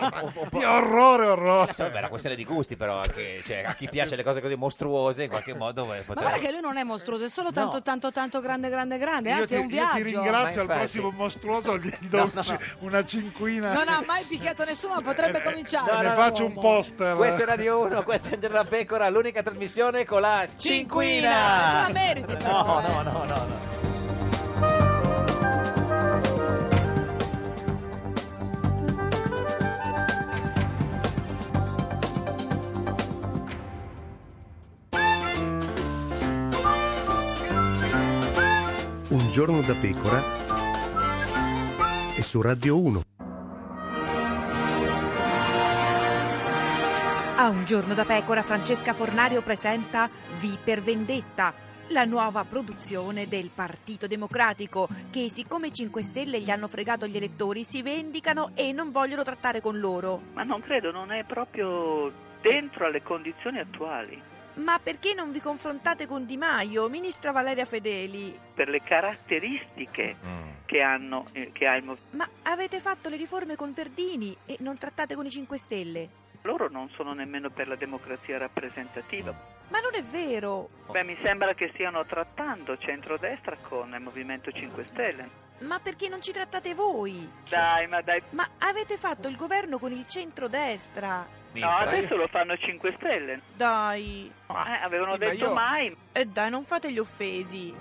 Orrore. Vabbè, è una questione di gusti, però anche, cioè, a chi piace le cose così mostruose in qualche modo Ma guarda che lui non è mostruoso, è solo tanto grande. Io Anzi, è un viaggio. ti ringrazio, al Ma infatti- prossimo mostruoso gli do una cinquina. Non ha mai picchiato nessuno, ma potrebbe cominciare. No, ne no, faccio un poster. Questo è Radio 1, questa è Un Giorno da Pecora, l'unica trasmissione con la Cinquina! cinquina. Tu la meriti, però, No. giorno da pecora e su Radio 1. A Un giorno da pecora, Francesca Fornario presenta V per Vendetta, la nuova produzione del Partito Democratico, che siccome i 5 Stelle gli hanno fregato gli elettori si vendicano e non vogliono trattare con loro. Ma non credo, non è proprio dentro alle condizioni attuali. Ma perché non vi confrontate con Di Maio, ministra Valeria Fedeli? Per le caratteristiche che ha il movimento. Ma avete fatto le riforme con Verdini e non trattate con i 5 Stelle? Loro non sono nemmeno per la democrazia rappresentativa. Ma non è vero! Beh, mi sembra che stiano trattando centrodestra con il Movimento 5 Stelle. Ma perché non ci trattate voi? Dai! Ma avete fatto il governo con il centrodestra! No, adesso lo fanno 5 Stelle. Dai! Avevano detto mai. E dai, non fate gli offesi!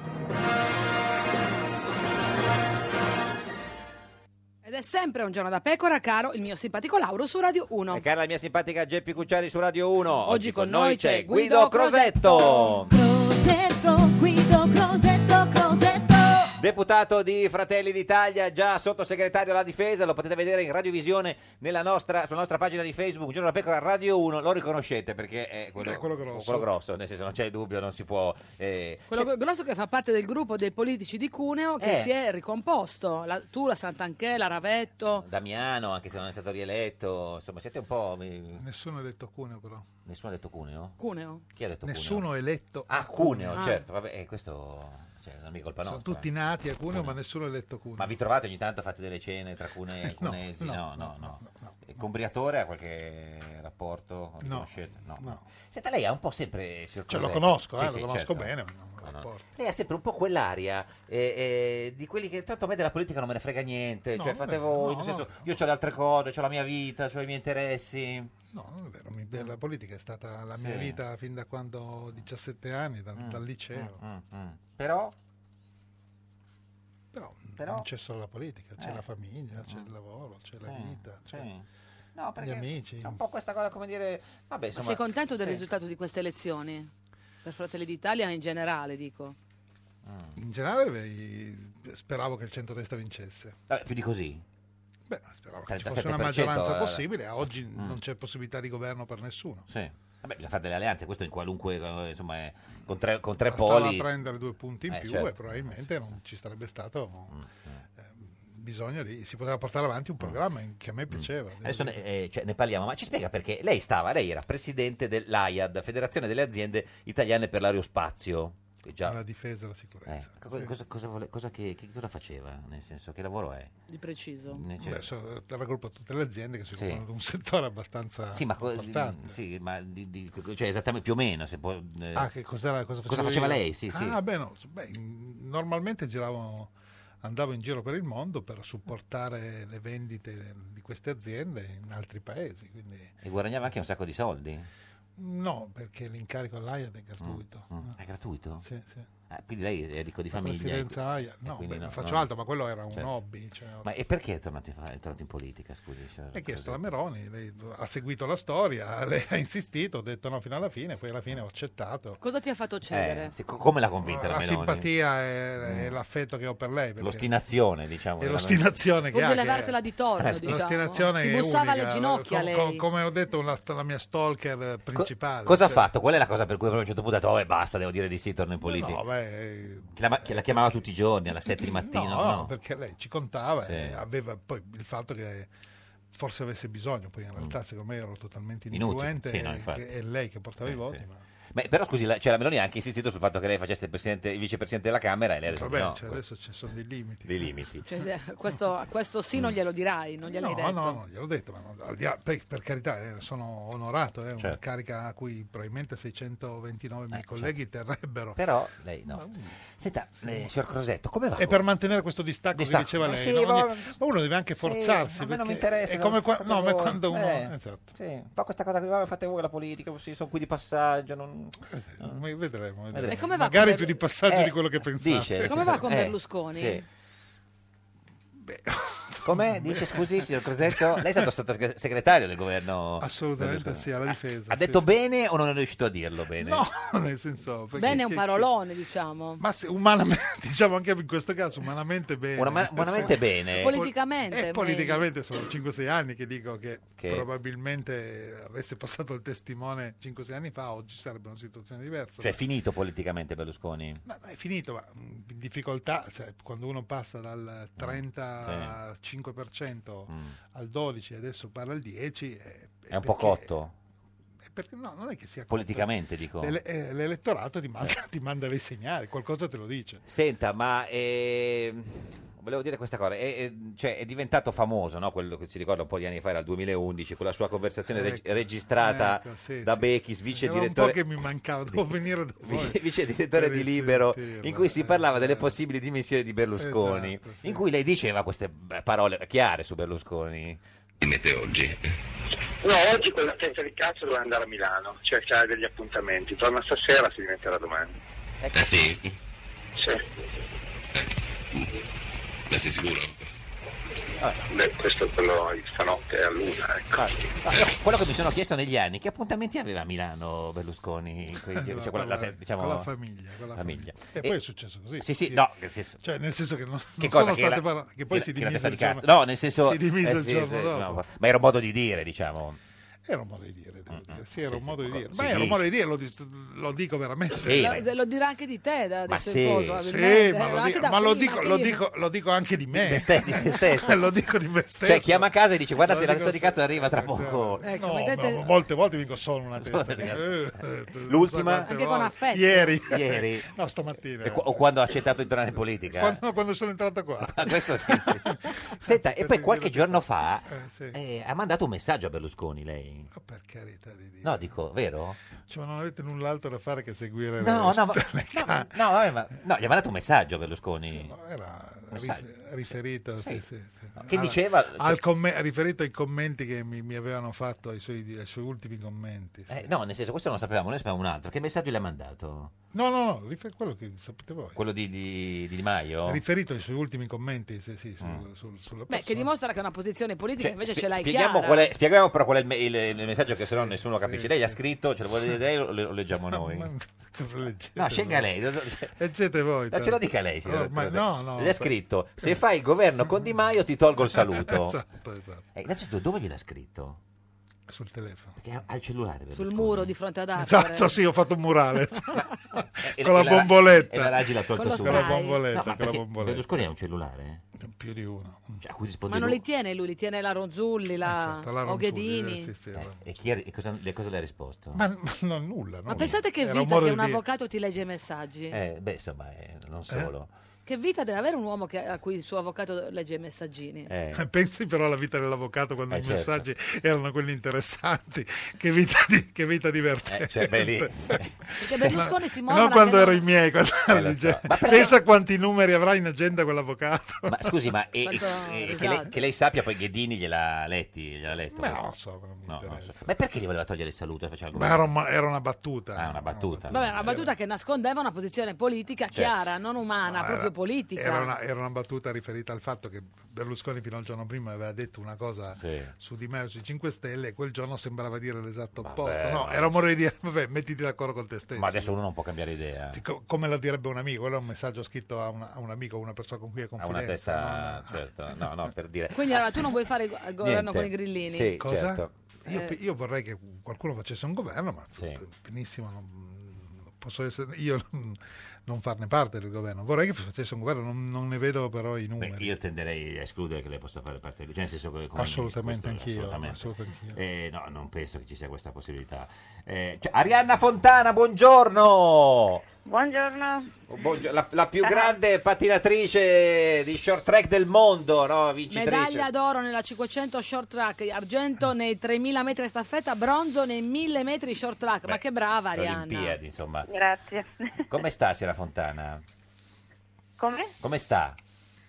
Ed è sempre Un giorno da pecora, caro il mio simpatico Lauro su Radio 1. E cara la mia simpatica Geppi Cucciari su Radio 1. Oggi con noi c'è Guido Crosetto. Guido Crosetto. Deputato di Fratelli d'Italia, già sottosegretario alla difesa, lo potete vedere in radiovisione sulla nostra pagina di Facebook, Un giorno da pecora Radio 1, lo riconoscete perché è quello grosso, nel senso non c'è dubbio, non si può... Quello grosso che fa parte del gruppo dei politici di Cuneo che si è ricomposto, tu, la Santanchè, la Ravetto... Damiano, anche se non è stato rieletto, insomma siete un po'... Nessuno ha detto Cuneo però. Nessuno ha detto Cuneo? Cuneo? Chi ha detto Nessuno Cuneo? eletto a Cuneo, certo, vabbè, questo... Cioè, non è mica colpa Sono nostra. tutti nati a Cuneo, ma nessuno ha eletto Cuneo. Ma vi trovate ogni tanto, fate delle cene tra cunesi? No. Con Briatore ha qualche rapporto? Lo conoscete? No. Senta, lei ha un po' sempre... Lo conosco, Sì, lo conosco certo. bene. Lei ha sempre un po' quell'aria di quelli che tanto a me della politica non me ne frega niente, No, cioè non fate è vero, voi, no, nel senso, no. io ho le altre cose, ho la mia vita, ho i miei interessi. No, non è vero, la politica è stata la mia vita fin da quando ho 17 anni, dal liceo. Però non c'è solo la politica, c'è la famiglia, c'è il lavoro, c'è la vita, no, gli amici. C'è un po' questa cosa, come dire, vabbè, insomma, sei contento del risultato di queste elezioni? Per Fratelli d'Italia in generale, dico. In generale speravo che il centrodestra vincesse. Vabbè, più di così? Beh, speravo che ci fosse una maggioranza possibile, a oggi non c'è possibilità di governo per nessuno. Sì. Vabbè, bisogna fare delle alleanze, questo in qualunque, insomma, con tre Bastava poli. prendere 2 punti in più certo. e probabilmente non ci sarebbe stato bisogno si poteva portare avanti un programma che a me piaceva. Adesso ne parliamo, ma ci spiega perché lei era presidente dell'AIAD, Federazione delle Aziende Italiane per l'Aerospazio. La difesa e la sicurezza. Cosa faceva? Nel senso, che lavoro è? Di preciso? Raggruppa tutte le aziende che si occupano di un settore abbastanza importante. Sì, ma cioè esattamente più o meno. Se può, che cosa faceva lei? Sì. Normalmente andavo in giro per il mondo per supportare le vendite di queste aziende in altri paesi. Quindi... E guadagnava anche un sacco di soldi? No, perché l'incarico all'AIAD è gratuito. È gratuito? Sì. Quindi lei è ricco di La famiglia? presidenza AIAD, non faccio altro, ma quello era un hobby. Ma e perché è tornato in politica, scusi? Hai chiesto alla Meroni, lei ha seguito la storia, lei ha insistito, ho detto no fino alla fine, poi alla fine ho accettato. Cosa ti ha fatto cedere? Come l'ha convinta la La Meloni? simpatia e l'affetto che ho per lei. L'ostinazione, diciamo. E l'ostinazione che ha. Vuole levartela di torno, diciamo. L'ostinazione Ti è bussava unica. alle ginocchia lei. Come ho detto, la mia stalker principale. Cosa ha fatto? Qual è la cosa per cui a un certo punto ha detto basta, devo dire di sì, torno in politica? Che la chiamava tutti i giorni alle 7 di mattino? No, perché lei ci contava e aveva poi il fatto che forse avesse bisogno, poi in realtà secondo me ero totalmente ininfluente è lei che portava i voti. Ma... Però scusi, la Meloni ha anche insistito sul fatto che lei facesse il vicepresidente della Camera e lei ha detto no. Adesso ci sono dei limiti. Cioè, questo sì non glielo dirai, non gliel'hai detto? No, non gliel'ho detto, ma per carità sono onorato, una carica a cui probabilmente 629 miei colleghi terrebbero. Però lei no. Senta, signor Crosetto, come va? E per mantenere questo distacco che diceva lei, ma uno deve anche forzarsi. A me non mi perché interessa. è come quando uno... Esatto. Fa questa cosa qui, fate voi la politica, sono qui di passaggio, vedremo. E come va magari più di passaggio di quello che pensate. Come va con Berlusconi? Beh, Come dice, scusi, signor Crosetto? Lei è stato sottosegretario del governo? Assolutamente sì, alla difesa. Ha detto bene o non è riuscito a dirlo bene? No, nel senso... Bene è un parolone, diciamo. Ma umanamente, diciamo anche in questo caso, umanamente bene. Umanamente bene. Politicamente. Politicamente sono 5-6 anni che dico che probabilmente avesse passato il testimone 5-6 anni fa, oggi sarebbe una situazione diversa. Cioè è finito politicamente Berlusconi? Ma è finito, ma in difficoltà, cioè, quando uno passa dal 35% al 12% e adesso parla al 10%... È un po' cotto? Perché no, non è che sia politicamente, dico. L'elettorato ti manda dei segnali, qualcosa te lo dice. Senta, ma volevo dire questa cosa, cioè, è diventato famoso, no? Quello che si ricorda un po' di anni fa, era il 2011, con la sua conversazione registrata da Bechis, vice direttore. Un po' che mi mancava, devo venire da voi. Vice direttore di Libero, in cui si parlava delle possibili dimissioni di Berlusconi, in cui lei diceva queste parole chiare su Berlusconi. Si mette oggi? No, oggi con la testa di cazzo doveva andare a Milano, cercare degli appuntamenti. Torna stasera, si dimetterà domani. Ah sì? Sì. Ma sei sicuro? Beh, questo è quello di stanotte a luna, ecco. Quello che mi sono chiesto negli anni, che appuntamenti aveva a Milano Berlusconi? Cioè, con la famiglia. E poi è successo così. Sì, no, nel senso... Cioè, nel senso che non che sono state parole, che poi si dimise il giorno. No, nel senso... Si dimise il giorno dopo. No, ma era un modo di dire, diciamo. Era un modo di dire, devo dire. Sì, era un modo di dire. Si Ma era un modo di dice. dire, lo dico veramente. Sì. Lo dirà anche di te da adesso sì. in poi, probabilmente. Sì, ma lo dico anche di me. Di se stesso. Lo dico di me stesso. Cioè, chiama a casa e dice, guardate, la testa di cazzo arriva tra poco. Ecco, No, mettete- no, molte volte dico solo una testa. L'ultima? Anche con affetto. Ieri. No, stamattina. O quando ha accettato di tornare in politica? Quando sono entrato qua. Questo sì. Senta, e poi qualche giorno fa sì. ha mandato un messaggio a Berlusconi, lei? Per carità di Dio. No, dico, vero? Cioè, non avete null'altro da fare che seguire No, vabbè, ma gli ha mandato un messaggio a Berlusconi. Sì, no, era riferito, sì. Che diceva? Riferito ai commenti che mi avevano fatto, ai suoi ultimi commenti. Sì. No, nel senso, questo non lo sapevamo, noi sapevamo un altro. Che messaggio le ha mandato? No, quello che sapete voi. Quello di Di Maio? Riferito ai suoi ultimi commenti, sulla persona. Beh, che dimostra che è una posizione politica Cioè, invece ce l'hai spieghiamo chiara. spieghiamo però qual è il messaggio, che se no nessuno capisce. Lei ha scritto, ce lo vuole dire lei o lo leggiamo noi? Cosa leggete? No, scelga lei. Leggete voi. Ce lo dica lei. No. Gli ha scritto, se fai il governo con Di Maio ti tolgo il saluto. Esatto. Innanzitutto, dove gliel'ha scritto? Sul telefono. Perché ha il cellulare. Sul muro di fronte ad Arcore. Esatto, sì, ho fatto un murale. E con la bomboletta. E la Raggi l'ha tolto con la bomboletta. Berlusconi ha un cellulare? Più di uno. Cioè, a cui risponde Ma non lui? li tiene lui, li tiene la Ronzulli, la Oghedini. E cosa le ha risposto? Ma non nulla. Ma pensate che Era vita modo che di un dire. avvocato ti legge i messaggi? Beh, insomma, non solo. Che vita deve avere un uomo a cui il suo avvocato legge i messaggini? Pensi però alla vita dell'avvocato quando i certo. messaggi erano quelli interessanti. Che vita divertente. Cioè, lì. Perché Berlusconi si muove. Non quando ero i miei. Quando so. Pensa quanti numeri avrà in agenda quell'avvocato. Ma scusi, ma Esatto. che lei sappia, poi Ghedini gliel'ha letto? Ma non so, non mi interessa. Ma perché gli voleva togliere il saluto? Ma era una battuta. Una battuta. Vabbè, una battuta che nascondeva una posizione politica chiara, non umana, proprio politica. Era una battuta riferita al fatto che Berlusconi fino al giorno prima aveva detto una cosa su Di Maio, sui 5 Stelle, e quel giorno sembrava dire l'esatto opposto. No, era un modo di dire, vabbè, mettiti d'accordo con te stesso. Ma adesso uno non può cambiare idea. Come lo direbbe un amico, quello è un messaggio scritto a un amico o una persona con cui è Ha confidenza. una testa, certo. No, per dire. Quindi allora tu non vuoi fare il governo Niente. con i grillini? Sì, Cosa? certo. Io vorrei che qualcuno facesse un governo, ma benissimo, non posso essere io non farne parte del governo. Vorrei che facesse un governo, non ne vedo però i numeri. Beh, io tenderei a escludere che lei possa fare parte del, cioè nel senso che come Assolutamente ministro, anch'io. assolutamente. No, non penso che ci sia questa possibilità. Arianna Fontana, buongiorno. Buongiorno. La più grande pattinatrice di short track del mondo, no? Vincitrice. Medaglia d'oro nella 500 short track, argento nei 3000 metri staffetta, bronzo nei 1000 metri short track. Ma che brava Arianna. Olimpiadi, insomma. Grazie. Come sta, signora Fontana? Come? Come sta?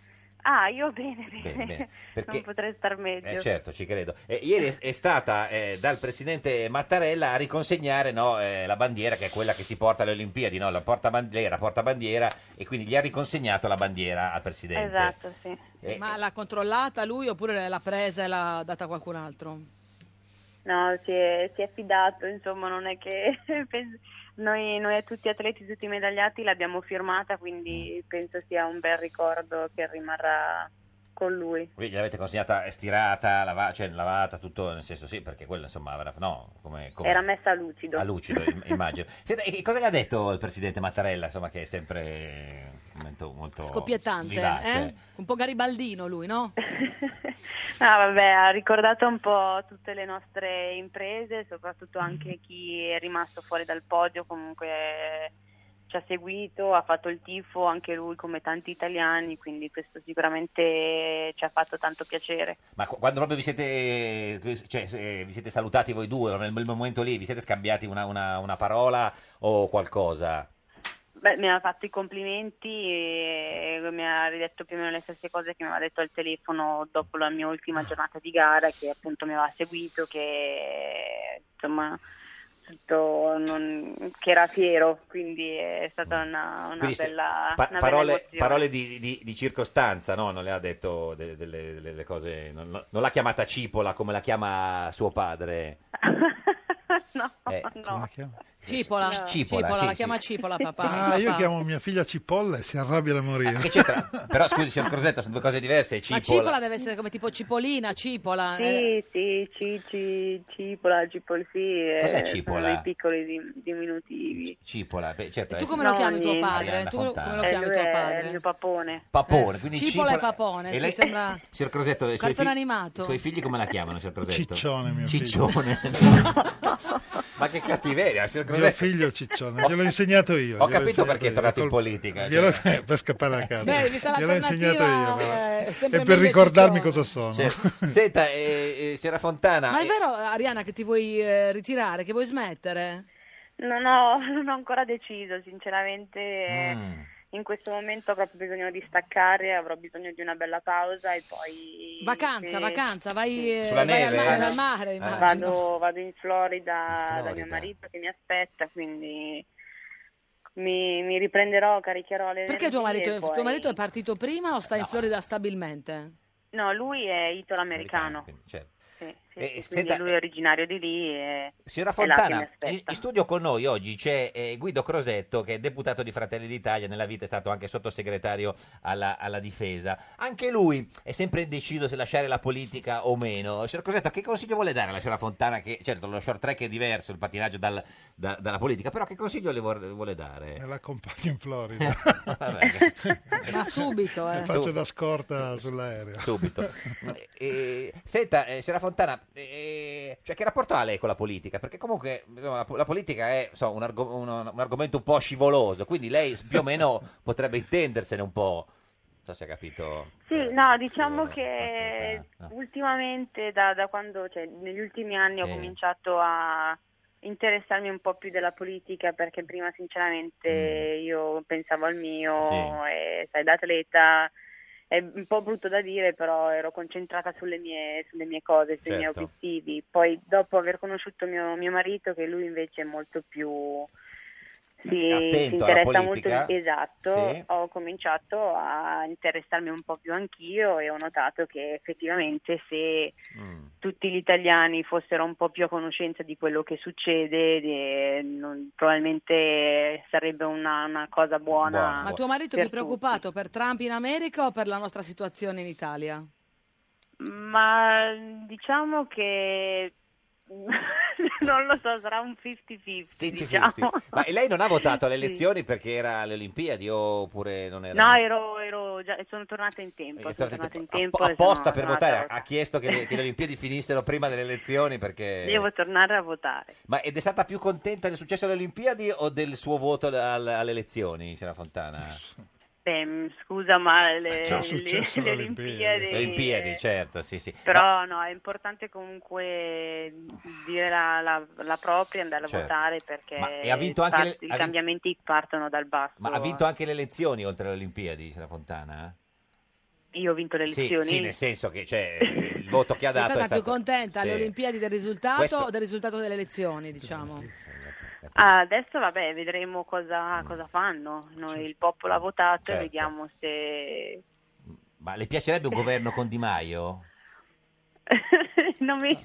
Ah, io bene, Bene, perché... non potrei star meglio. Certo, ci credo. Ieri è stata dal presidente Mattarella a riconsegnare, no, la bandiera, che è quella che si porta alle Olimpiadi, no? La portabandiera, e quindi gli ha riconsegnato la bandiera al presidente. Esatto, sì. Ma l'ha controllata lui oppure l'ha presa e l'ha data a qualcun altro? No, si è fidato, insomma, non è che noi tutti atleti, tutti medagliati l'abbiamo firmata, quindi penso sia un bel ricordo che rimarrà con lui. Voi gliel'avete consegnata stirata, lavata, tutto, nel senso sì, perché quello insomma avrà, no, come... Era messa a lucido. A lucido, immagino. Senta, e cosa gli ha detto il presidente Mattarella, insomma, che è sempre un momento molto Scoppiettante, vivace? Un po' garibaldino lui, no? Vabbè, ha ricordato un po' tutte le nostre imprese, soprattutto anche chi è rimasto fuori dal podio, comunque ci ha seguito, ha fatto il tifo anche lui come tanti italiani, quindi questo sicuramente ci ha fatto tanto piacere. Ma quando proprio vi siete salutati voi due, nel momento lì, vi siete scambiati una parola o qualcosa? Beh, mi ha fatto i complimenti e mi ha ridetto più o meno le stesse cose che mi aveva detto al telefono dopo la mia ultima giornata di gara, che appunto mi aveva seguito, che insomma che era fiero, quindi è stata una Quindi bella parole di circostanza, no? Non le ha detto delle cose, non l'ha chiamata cipola come la chiama suo padre. No. Cipola, Cipola, sì, la chiama Cipola papà. Ah, io chiamo mia figlia Cipolla e si arrabbia da morire. Che c'entra? Però scusi, signor Crosetto, sono due cose diverse. Ma Cipola deve essere come tipo Cipollina, Cipola. Sì, Cipola, sì. Cos'è Cipola? Sono dei piccoli diminutivi. Cipola, certo. E tu come lo chiami tuo padre? Tu come lo chiami tuo padre? È il mio papone. Papone, quindi Cipola e Papone, E sì, lei- sembra Signor Crosetto, i cartone animato. I suoi figli come la chiamano, signor Crosetto? Ciccione, mio Ciccione. Ma che cattiveria, signor Mio Crosetto. figlio Ciccione, gliel'ho insegnato io. Ho capito perché è tornato in politica. Per scappare a casa. Beh, vista Gliel'ho insegnato io. è E sempre per meglio ricordarmi Ciccione. cosa sono. Senta, signora Fontana. Ma è vero, Arianna, che ti vuoi ritirare, che vuoi smettere? Non ho ancora deciso, sinceramente. In questo momento ho proprio bisogno di staccare, avrò bisogno di una bella pausa e poi... Vacanza, vai, Sulla vai neve, al mare, immagino. Vado in Florida da mio marito che mi aspetta, quindi mi riprenderò, caricherò le Perché energie e poi... tuo marito è partito prima o sta in Florida stabilmente? No, lui è italo-americano. Certo. Quindi senta, lui è originario di lì e Signora è là che mi Fontana, aspetta. in studio con noi oggi c'è Guido Crosetto, che è deputato di Fratelli d'Italia, nella vita è stato anche sottosegretario alla difesa. Anche lui è sempre indeciso se lasciare la politica o meno. Signor Crosetto, che consiglio vuole dare alla signora Fontana, che certo lo short track è diverso, il pattinaggio dalla politica, però che consiglio le vuole dare? Me l'accompagno in Florida. Ma subito, Faccio da scorta sull'aereo. Subito. Senta, signora Fontana, cioè che rapporto ha lei con la politica? Perché comunque insomma, la politica è un argomento un po' scivoloso, quindi lei più o meno potrebbe intendersene un po'. Non so se ha capito. Sì, no, diciamo che ultimamente, da quando, cioè negli ultimi anni ho cominciato a interessarmi un po' più della politica, perché prima sinceramente io pensavo al mio e sai, da atleta è un po' brutto da dire, però ero concentrata sulle mie cose, sui miei obiettivi. Poi dopo aver conosciuto mio marito, che lui invece è molto più si interessa molto, esatto, ho cominciato a interessarmi un po' più anch'io e ho notato che effettivamente se tutti gli italiani fossero un po' più a conoscenza di quello che succede, probabilmente sarebbe una cosa buona. Ma tuo marito è più preoccupato per Trump in America o per la nostra situazione in Italia? Ma diciamo che non lo so, sarà un 50-50, diciamo. Ma lei non ha votato alle elezioni perché era alle Olimpiadi oppure non era? No, ero già, sono tornata in tempo. Apposta per votare, ha chiesto che le Olimpiadi finissero prima delle elezioni perché... Devo tornare a votare. Ma ed è stata più contenta del successo alle Olimpiadi o del suo voto alle elezioni, signora Fontana? Beh, scusa, ma le Olimpiadi, certo, sì. Però no, è importante comunque dire la propria, andare a votare, perché ha vinto anche i cambiamenti partono dal basso. Ma ha vinto anche le elezioni oltre alle Olimpiadi, signora Fontana? io ho vinto le elezioni. Sì, nel senso che cioè, il voto che ha Sei dato stata è stato... più contenta alle Sì. Olimpiadi del risultato Questo- o del risultato delle elezioni, diciamo? Adesso vabbè, vedremo cosa fanno. Noi, il popolo ha votato Certo. e vediamo se... Ma le piacerebbe un governo con Di Maio? non mi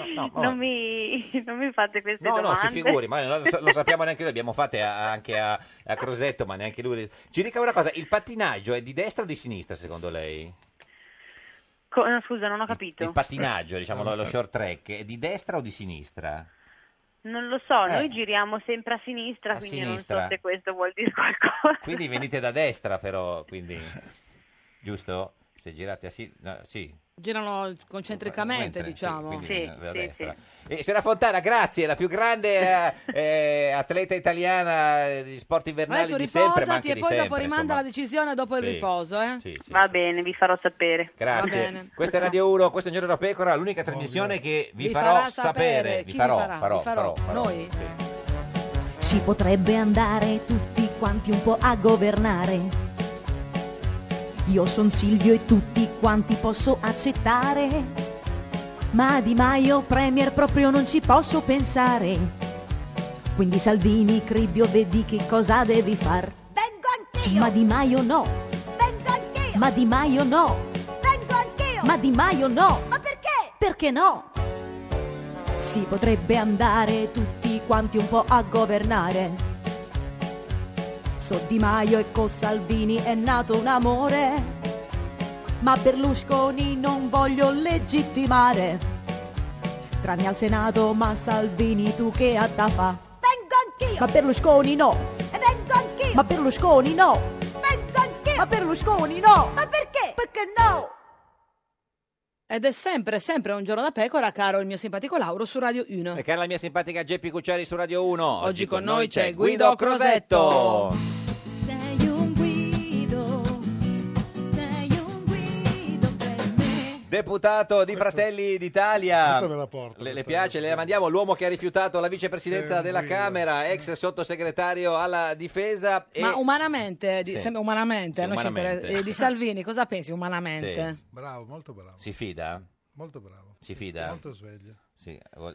fate queste No, domande. si figuri, ma lo sappiamo neanche noi, abbiamo fatte anche a Crosetto, ma neanche lui. Ci dica una cosa, il pattinaggio è di destra o di sinistra secondo lei? No, scusa, non ho capito. Il pattinaggio, diciamo, lo short track, è di destra o di sinistra? Non lo so, noi giriamo sempre a sinistra, quindi sinistra. non so se questo vuol dire qualcosa. Quindi venite da destra però, quindi, giusto? Se girate a sinistra, no, sì. Girano concentricamente, diciamo. Quindi venite da destra. E signora Fontana, grazie, la più grande atleta italiana di sport invernali Adesso di sempre, ma riposati anche e di poi sempre, dopo rimanda insomma. la decisione dopo il Sì. riposo, eh? Sì, sì, Va bene, vi farò sapere. Grazie. Va bene. Questa è Radio 1, questo è Un Giorno da Pecora, l'unica trasmissione che vi farò farà sapere. Chi Vi farò, vi farà? farò, Vi farò. farò. Noi? Ci potrebbe andare tutti quanti un po' a governare. Io son Silvio e tutti quanti posso accettare. Ma Di Maio premier proprio non ci posso pensare. Quindi Salvini, Cribbio, vedi che cosa devi far. Vengo anch'io! Ma Di Maio no. Vengo anch'io! Ma Di Maio no. Vengo anch'io! Ma Di Maio no. Ma perché? Perché no? Si potrebbe andare tutti quanti un po' a governare. So Di Maio e con Salvini è nato un amore, ma Berlusconi non voglio legittimare. Tranne al Senato, ma Salvini tu che ha da fa? Vengo anch'io! Ma Berlusconi no. E vengo anch'io! Ma Berlusconi no. Vengo anch'io! Ma Berlusconi no. Ma perché? Perché no! Ed è sempre un giorno da pecora, caro il mio simpatico Lauro su Radio 1. E cara la mia simpatica Geppi Cucciari su Radio 1. Oggi con noi c'è Guido Crosetto. Sei un Guido. Sei un Guido per me. Deputato di Fratelli d'Italia. Questa me la porto. Le piace? Le la mandiamo l'uomo che ha rifiutato la vicepresidenza della Camera, ex sottosegretario alla difesa. E... Ma umanamente, Sì. sempre umanamente, Sì, a noi ci umanamente. interessa- di Salvini, cosa pensi umanamente? Sì. Bravo, molto bravo. Si fida? Molto bravo. Si fida? Molto sveglio. Sì.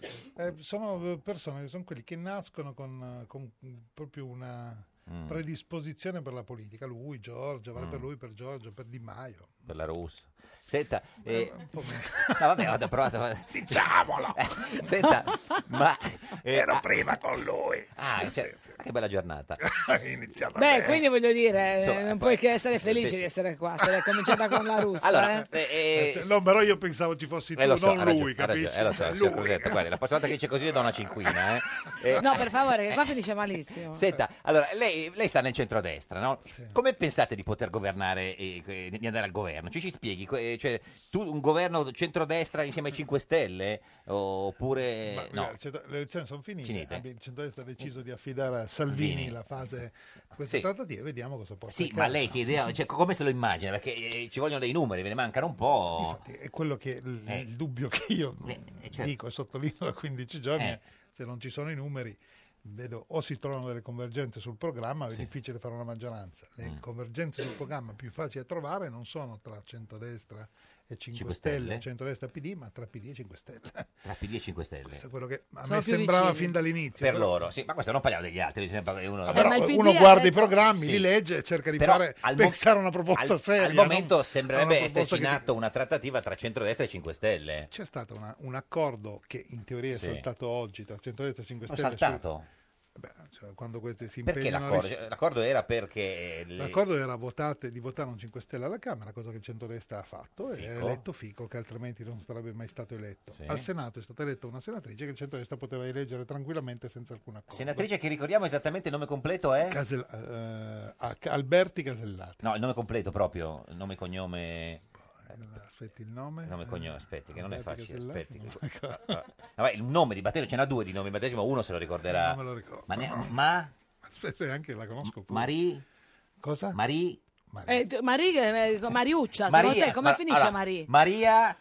Sono persone che sono quelli che nascono con proprio una predisposizione per la politica. Lui, Giorgio, vale per lui, per Giorgio, per Di Maio. Per la Russa. Senta, un po' meno. no, vabbè, ho provato. Diciamolo! Senta, ma ero prima con lui. Che bella giornata. È iniziato Beh, quindi voglio dire, Insomma, non poi- puoi che essere felice di essere qua, se l'è cominciata con la russa. Allora, No, però io pensavo ci fossi tu, lo so, non ha ragione, lui, ha ragione, capisci? lo so, signor Crosetto, guardi, la prossima volta che dice così io do una cinquina. No, per favore, che qua finisce malissimo. Senta, allora, lei sta nel centrodestra, no? Come pensate di poter governare, di andare al governo? Ci spieghi? Cioè, tu un governo centrodestra insieme ai 5 Stelle? Oppure... no? Le elezioni sono finite. Finite. Il centrodestra ha deciso di affidare a Salvini Salvini. la fase queste Sì. trattative, vediamo cosa può Sì, accadere. ma lei che idea, cioè, come se lo immagina? Perché ci vogliono dei numeri, ve ne mancano un po'. È quello che il dubbio che io certo. dico e sottolineo da 15 giorni è se non ci sono i numeri vedo o si trovano delle convergenze sul programma o è difficile fare una maggioranza. Le convergenze sul programma più facili da trovare non sono tra centrodestra e 5 Stelle, centrodestra e PD, ma tra PD e 5 Stelle. Tra PD e 5 Stelle. Questo è quello che a Sono me più sembrava vicini. fin dall'inizio. Per però- loro, sì, ma questo non parliamo degli altri, mi sembra che uno... Però ma il PD uno ha guarda i detto- programmi, Sì. li legge e cerca di Però fare al mo- pensare a una proposta al, seria. Al momento non sembrerebbe a una proposta esserci in che atto una trattativa tra centrodestra e 5 Stelle. C'è stato un accordo che in teoria è Sì. saltato oggi tra centrodestra e 5 È Stelle. saltato? Quando queste si Perché impegnano a l'accordo? Cioè, l'accordo era perché... L'accordo era di votare un 5 Stelle alla Camera, cosa che il centrodestra ha fatto, e ha eletto Fico, che altrimenti non sarebbe mai stato eletto. Sì. Al Senato è stata eletta una senatrice che il centrodestra poteva eleggere tranquillamente senza alcun accordo. Senatrice che ricordiamo esattamente il nome completo è? Alberti Casellati. No, il nome completo proprio, nome e cognome... Aspetti il nome. Nome e cognome, aspetti, che non è Alberti facile, Casellati, aspetti. non lo Vabbè, il nome di battesimo, ce n'ha due di nomi di battesimo, uno se lo ricorderà. Non me lo ricordo. Ma Aspetta, anche la conosco pure. Marie? Cosa? Marie? Mariuccia, secondo te come finisce allora, Marie? Maria?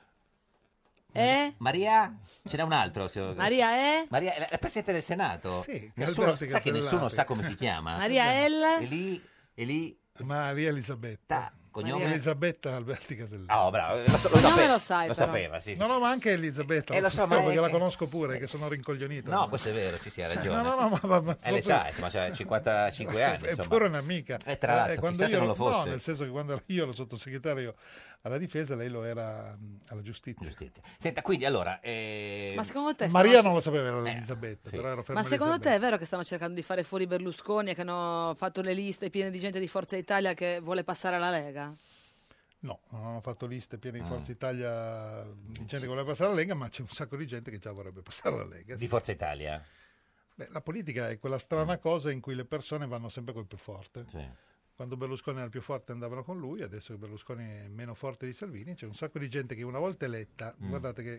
Maria? Ce n'è un altro. Maria è? Maria è la Presidente del Senato. Sì, Nessuno, Alberti sa che nessuno Casellati. sa come si chiama. Maria El? Elì? Maria Elisabetta. Cognome? Elisabetta Alberti Casellati. Ah, bravo, lo Cognome lo sai, lo però. sapeva, sì, sì. No, ma anche Elisabetta, lo so, ma perché è la che- conosco pure, che sono rincoglionito. No, questo è vero, sì, ha ragione. No, ma È l'età, insomma, c'ha 55 anni, è insomma. pure un'amica. Tra l'altro, quando chissà se io- non lo fosse. No, nel senso che quando ero io ero sottosegretario alla difesa, lei lo era alla giustizia. Senta, quindi allora... Ma secondo te Maria stanno- non lo sapeva, era Elisabetta, sì. però ero fermo Ma secondo Elisabetta. te è vero che stanno cercando di fare fuori Berlusconi e che hanno fatto le liste piene di gente di Forza Italia che vuole passare alla Lega? No, non hanno fatto liste piene di Forza Italia di gente che voleva passare alla Lega, ma c'è un sacco di gente che già vorrebbe passare alla Lega. Di Forza Italia? Beh, la politica è quella strana cosa in cui le persone vanno sempre col più forte. Sì. Quando Berlusconi era il più forte andavano con lui, adesso che Berlusconi è meno forte di Salvini, c'è un sacco di gente che una volta eletta, guardate che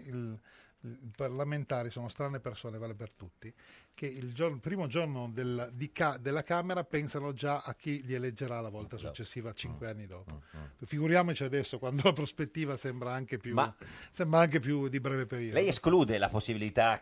i parlamentari sono strane persone, vale per tutti, che il primo giorno della Camera pensano già a chi li eleggerà la volta successiva, 5 anni dopo. Figuriamoci adesso, quando la prospettiva sembra anche più di breve periodo. Lei esclude la possibilità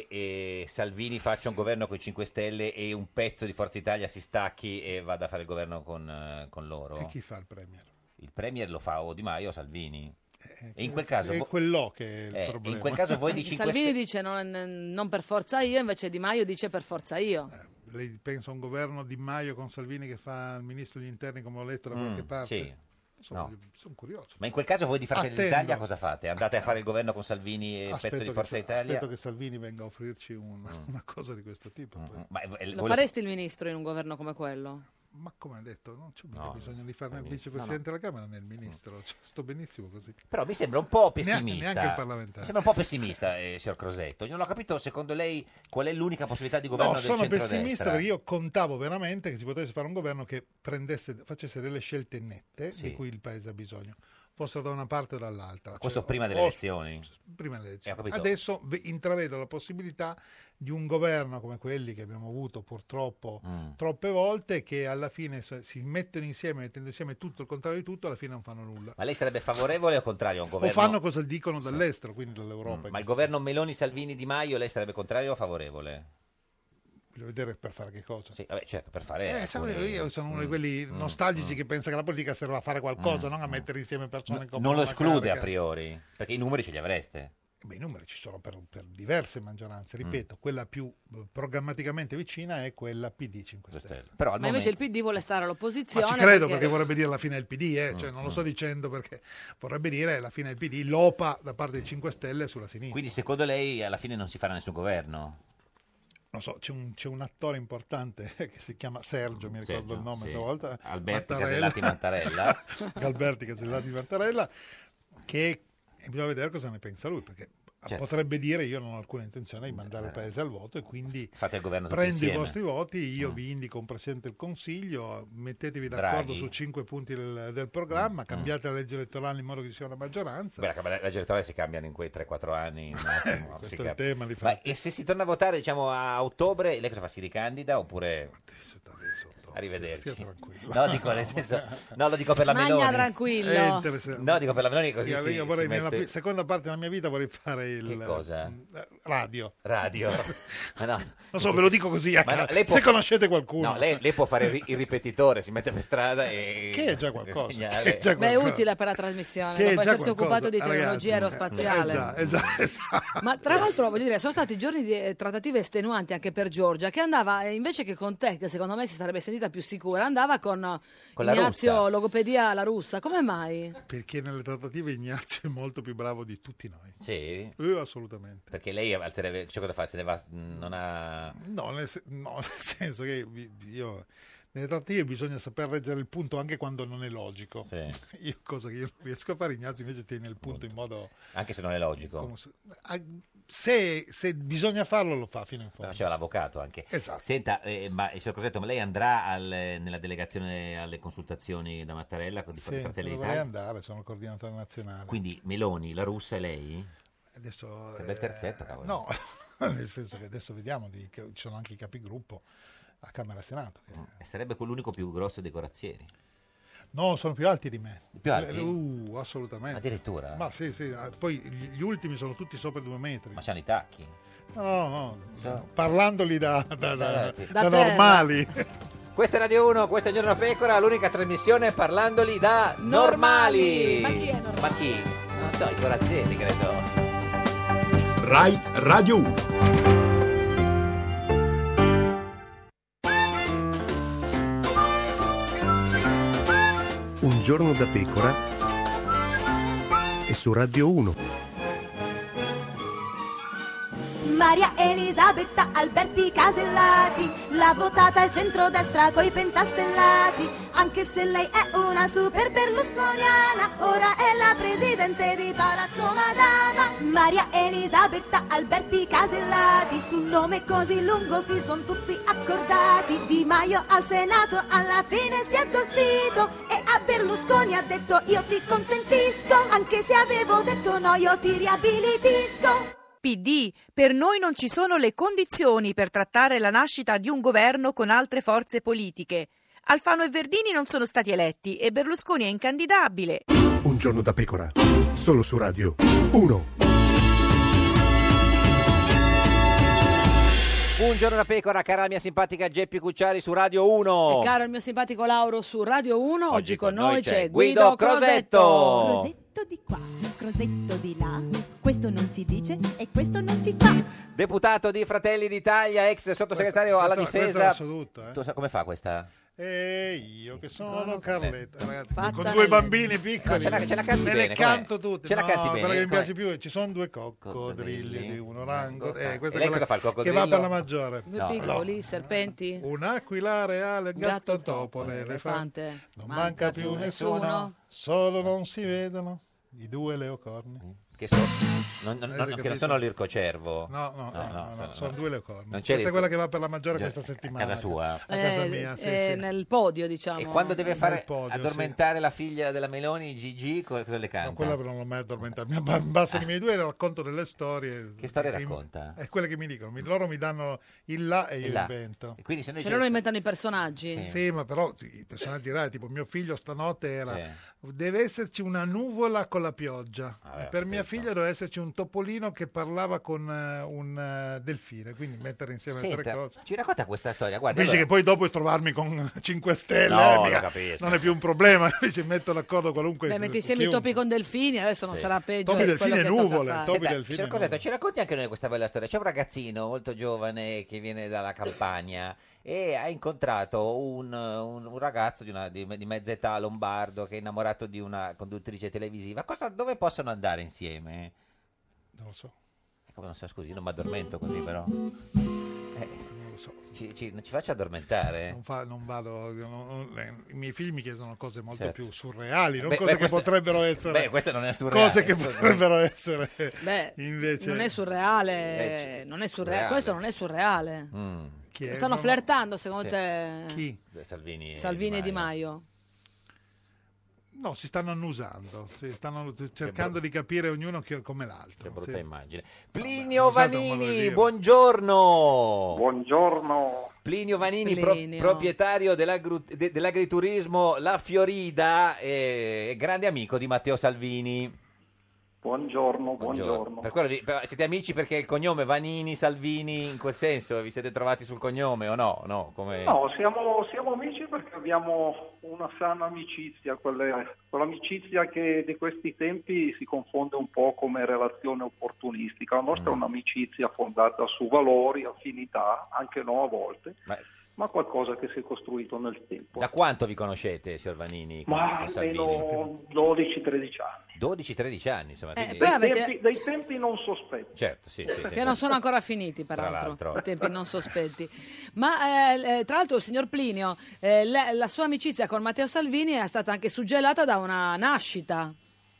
che Salvini faccia un governo con i 5 Stelle e un pezzo di Forza Italia si stacchi e vada a fare il governo con loro? E chi fa il premier? Il premier lo fa o Di Maio o Salvini? E in quel caso è quello che è il problema. In quel caso voi di 5 Salvini Stelle... dice non per forza io, invece Di Maio dice per forza io. Lei pensa a un governo Di Maio con Salvini che fa il ministro degli interni, come ho letto da qualche parte? Sì. Sono curioso. Ma in quel caso voi di Fratelli Attendo. d'Italia cosa fate? Andate a fare il governo con Salvini e il Aspetto pezzo di che Forza Italia? Aspetto che Salvini venga a offrirci una cosa di questo tipo. poi. Ma, Lo faresti il ministro in un governo come quello? Ma come ha detto, non c'è mica No, bisogno di farne il ministro. vicepresidente della Camera né il ministro, cioè, sto benissimo così. Però mi sembra un po' pessimista. Neanche il parlamentare. Mi sembra un po' pessimista, signor Crosetto. Io non ho capito, secondo lei, qual è l'unica possibilità di governo No, del sono centrodestra? pessimista perché io contavo veramente che si potesse fare un governo che facesse delle scelte nette Sì. di cui il Paese ha bisogno, fossero da una parte o dall'altra. Questo Cioè, prima delle elezioni? Prima delle elezioni. Ho capito. Adesso intravedo la possibilità di un governo come quelli che abbiamo avuto purtroppo troppe volte, che alla fine si mettono insieme, mettendo insieme tutto il contrario di tutto, alla fine non fanno nulla. Ma lei sarebbe favorevole o contrario a un governo? O fanno cosa dicono dall'estero, quindi dall'Europa. Ma il governo Meloni, Salvini, Di Maio, lei sarebbe contrario o favorevole? Voglio vedere per fare che cosa. Sì, vabbè, certo, per fare... Io sono uno di quelli nostalgici che pensa che la politica serva a fare qualcosa, non a mettere insieme persone come Non lo una esclude carica. a priori, perché i numeri ce li avreste. Beh, i numeri ci sono per diverse maggioranze, ripeto, quella più programmaticamente vicina è quella PD 5 Stelle. Però al Ma invece il PD vuole stare all'opposizione. Ma ci credo perché vorrebbe dire la fine del PD, cioè, non lo sto dicendo perché vorrebbe dire la fine del PD, l'OPA da parte dei 5 Stelle sulla sinistra. Quindi secondo lei alla fine non si farà nessun governo? Non so, c'è un attore importante che si chiama Sergio, mi ricordo Sergio, il nome sì. stavolta. Alberti Mattarella. Casellati Mattarella. Alberti Casellati Mattarella, che bisogna vedere cosa ne pensa lui, perché Certo. potrebbe dire io non ho alcuna intenzione di mandare il paese al voto e quindi Fate il governo tutti prendo i insieme. vostri voti, io vi indico un Presidente del Consiglio, mettetevi d'accordo Draghi. su 5 punti del programma, cambiate la legge elettorale in modo che ci sia una maggioranza. Beh, la legge elettorale si cambiano in quei 3-4 anni. Un attimo, Questo si è il cambia. tema, li Ma fate. e se si torna a votare, diciamo, a ottobre, lei cosa fa? Si ricandida oppure... Arrivederci. Stia tranquillo. No, dico nel senso... No, lo dico per la Magna Meloni. tranquillo. È interessante. No, dico per la Meloni così Io vorrei si nella mette... seconda parte della mia vita vorrei fare il Che cosa? radio. Radio. Ma no. Non so, ve lo dico così a Ma no, caso, lei può se fa- conoscete qualcuno. No, lei può fare il ripetitore, si mette per strada e... Che è già qualcosa, segnale. che è già Beh, è qualcosa. utile per la trasmissione, Che è dopo già essersi qualcosa. occupato di tecnologia Ragazzi, aerospaziale. esatto. Ma tra l'altro, voglio dire, sono stati giorni di trattative estenuanti anche per Giorgia, che andava, invece che con te, che secondo me si sarebbe sentita più sicura, andava con la Ignazio russa. Logopedia la russa. Come mai? Perché nelle trattative Ignazio è molto più bravo di tutti noi. Sì? Assolutamente. Perché lei alzerebbe... Cioè cosa fa? Se ne va... Non ha... No, nel senso che io nelle trattative bisogna saper reggere il punto anche quando non è logico. Sì. Cosa che io non riesco a fare, Ignazio invece tiene il punto in modo... Anche se non è logico. come se bisogna farlo lo fa fino in fondo. Faceva l'avvocato anche. Esatto. Senta, ma signor Crosetto, ma lei andrà nella delegazione alle consultazioni da Mattarella di Sì, Fratelli dovrei d'Italia? andare, sono coordinatore nazionale. Quindi Meloni, la russa e lei? Adesso, Che bel terzetto, cavolo. No, nel senso che adesso vediamo, che ci sono anche i capigruppo a Camera e Senato. E sarebbe quell'unico più grosso dei corazzieri. No, sono più alti di me. Più alti? Assolutamente. Addirittura? Ma sì. Poi gli ultimi sono tutti sopra 2 metri. Ma c'hanno i tacchi? No. Parlandoli da Da normali. Questa è Radio 1, questa è Giorno da Pecora, l'unica trasmissione parlandoli da normali. Ma chi è normale? Ma chi? Non so, i corazzieri, credo. Rai Radio 1. Un giorno da pecora e su Radio 1. Maria Elisabetta Alberti Casellati, l'ha votata al centrodestra coi pentastellati, anche se lei è una super berlusconiana, ora è la presidente di Palazzo Madama. Maria Elisabetta Alberti Casellati, sul nome così lungo si son tutti accordati. Di Maio al Senato alla fine si è addolcito e a Berlusconi ha detto io ti consentisco, anche se avevo detto no io ti riabilitisco. PD, per noi non ci sono le condizioni per trattare la nascita di un governo con altre forze politiche. Alfano e Verdini non sono stati eletti e Berlusconi è incandidabile. Un giorno da pecora, solo su Radio 1. Un giorno da pecora, cara la mia simpatica Geppi Cucciari su Radio 1. E caro il mio simpatico Lauro su Radio 1, oggi con noi c'è Guido Crosetto. Crosetto di qua, crosetto di là, questo non si dice e questo non si fa. Deputato di Fratelli d'Italia, ex sottosegretario alla difesa. Questa la so tutta, Tu sai come fa questa? E io che sono Carletta, ragazzi, Fatta con due nelle- bambini piccoli, No, ce la canti me bene, le canto com'è? tutte. Ce la canti no, bene, quella che mi com'è? piace più è ci sono due coccodrilli di un orango. Questa E è lei quella cosa fa, il che coccodrillo? va per la maggiore. Due No. piccoli serpenti. Un'aquila reale, un gatto topo, un elefante. elefante. Non manca più nessuno, solo non si vedono i due leocorni. Che, so, non, Avete che non capito? sono l'ircocervo. No, sono due leocorni. Non c'è Questa è quella che va per la maggiore questa a settimana. casa sua. A casa mia, sì, sì. Nel podio, diciamo. E quando deve fare Nel podio, addormentare la figlia della Meloni, Gigi, cosa le canta? No, quella non l'ho mai addormentata. Mi bastano i miei due e racconto delle storie. Che storie che racconta? È quelle che mi dicono. Loro mi danno il là e io là. invento. E quindi se noi Cioè loro inventano i personaggi. Sì, ma però i personaggi reali, tipo mio figlio stanotte era deve esserci una nuvola con la pioggia. E per mia figlia deve esserci un topolino che parlava con un delfino, quindi mettere insieme le tre Senta, cose. ci racconta questa storia? Guarda, Capisci allora- che poi dopo trovarmi con 5 stelle No, mica lo capisco. non è più un problema, invece metto d'accordo qualunque. Beh, metti insieme i topi con delfini, adesso non sarà peggio. Topi, di quello delfini e che tocca nuvole, fare. topi, Senta, delfini signor e Corretto, ci racconti anche noi questa bella storia. C'è un ragazzino molto giovane che viene dalla campagna e ha incontrato un ragazzo di mezza età lombardo che è innamorato di una conduttrice televisiva. Dove possono andare insieme? Non lo so. Come non so, scusi, non mi addormento così però. Non lo so. Ci faccia addormentare? Non vado. I miei figli mi chiedono cose molto Certo. più surreali, non Beh, cose che questo- potrebbero essere. Beh, questo non è surreale. Cose che potrebbero essere. Beh, invece. non è surreale, non è surreale. Questo non è surreale. Chi è? Stanno No, flirtando secondo sì. te? Chi? Salvini e Di Maio. No, si stanno annusando, stanno cercando di capire ognuno come l'altro. Che brutta sì. immagine. Plinio usato un modo di Vanini, dire. buongiorno. Buongiorno. Plinio Vanini, Plinio. proprietario dell'agriturismo La Fiorida e grande amico di Matteo Salvini. Buongiorno. Per quello siete amici perché il cognome Vanini, Salvini, in quel senso vi siete trovati sul cognome o no? No, come... No, siamo amici perché abbiamo una sana amicizia, quell'amicizia che di questi tempi si confonde un po' come relazione opportunistica. La nostra è un'amicizia fondata su valori, affinità, anche no a volte, ma qualcosa che si è costruito nel tempo. Da quanto vi conoscete, signor Vanini? Ma con Salvini? almeno 12-13 anni. 12-13 anni, insomma. quindi- poi avete- Dei tempi non sospetti. Certo, sì. Che non sono ancora finiti, Tra peraltro, l'altro. i tempi non sospetti. Ma tra l'altro, signor Plinio, la sua amicizia con Matteo Salvini è stata anche suggellata da una nascita.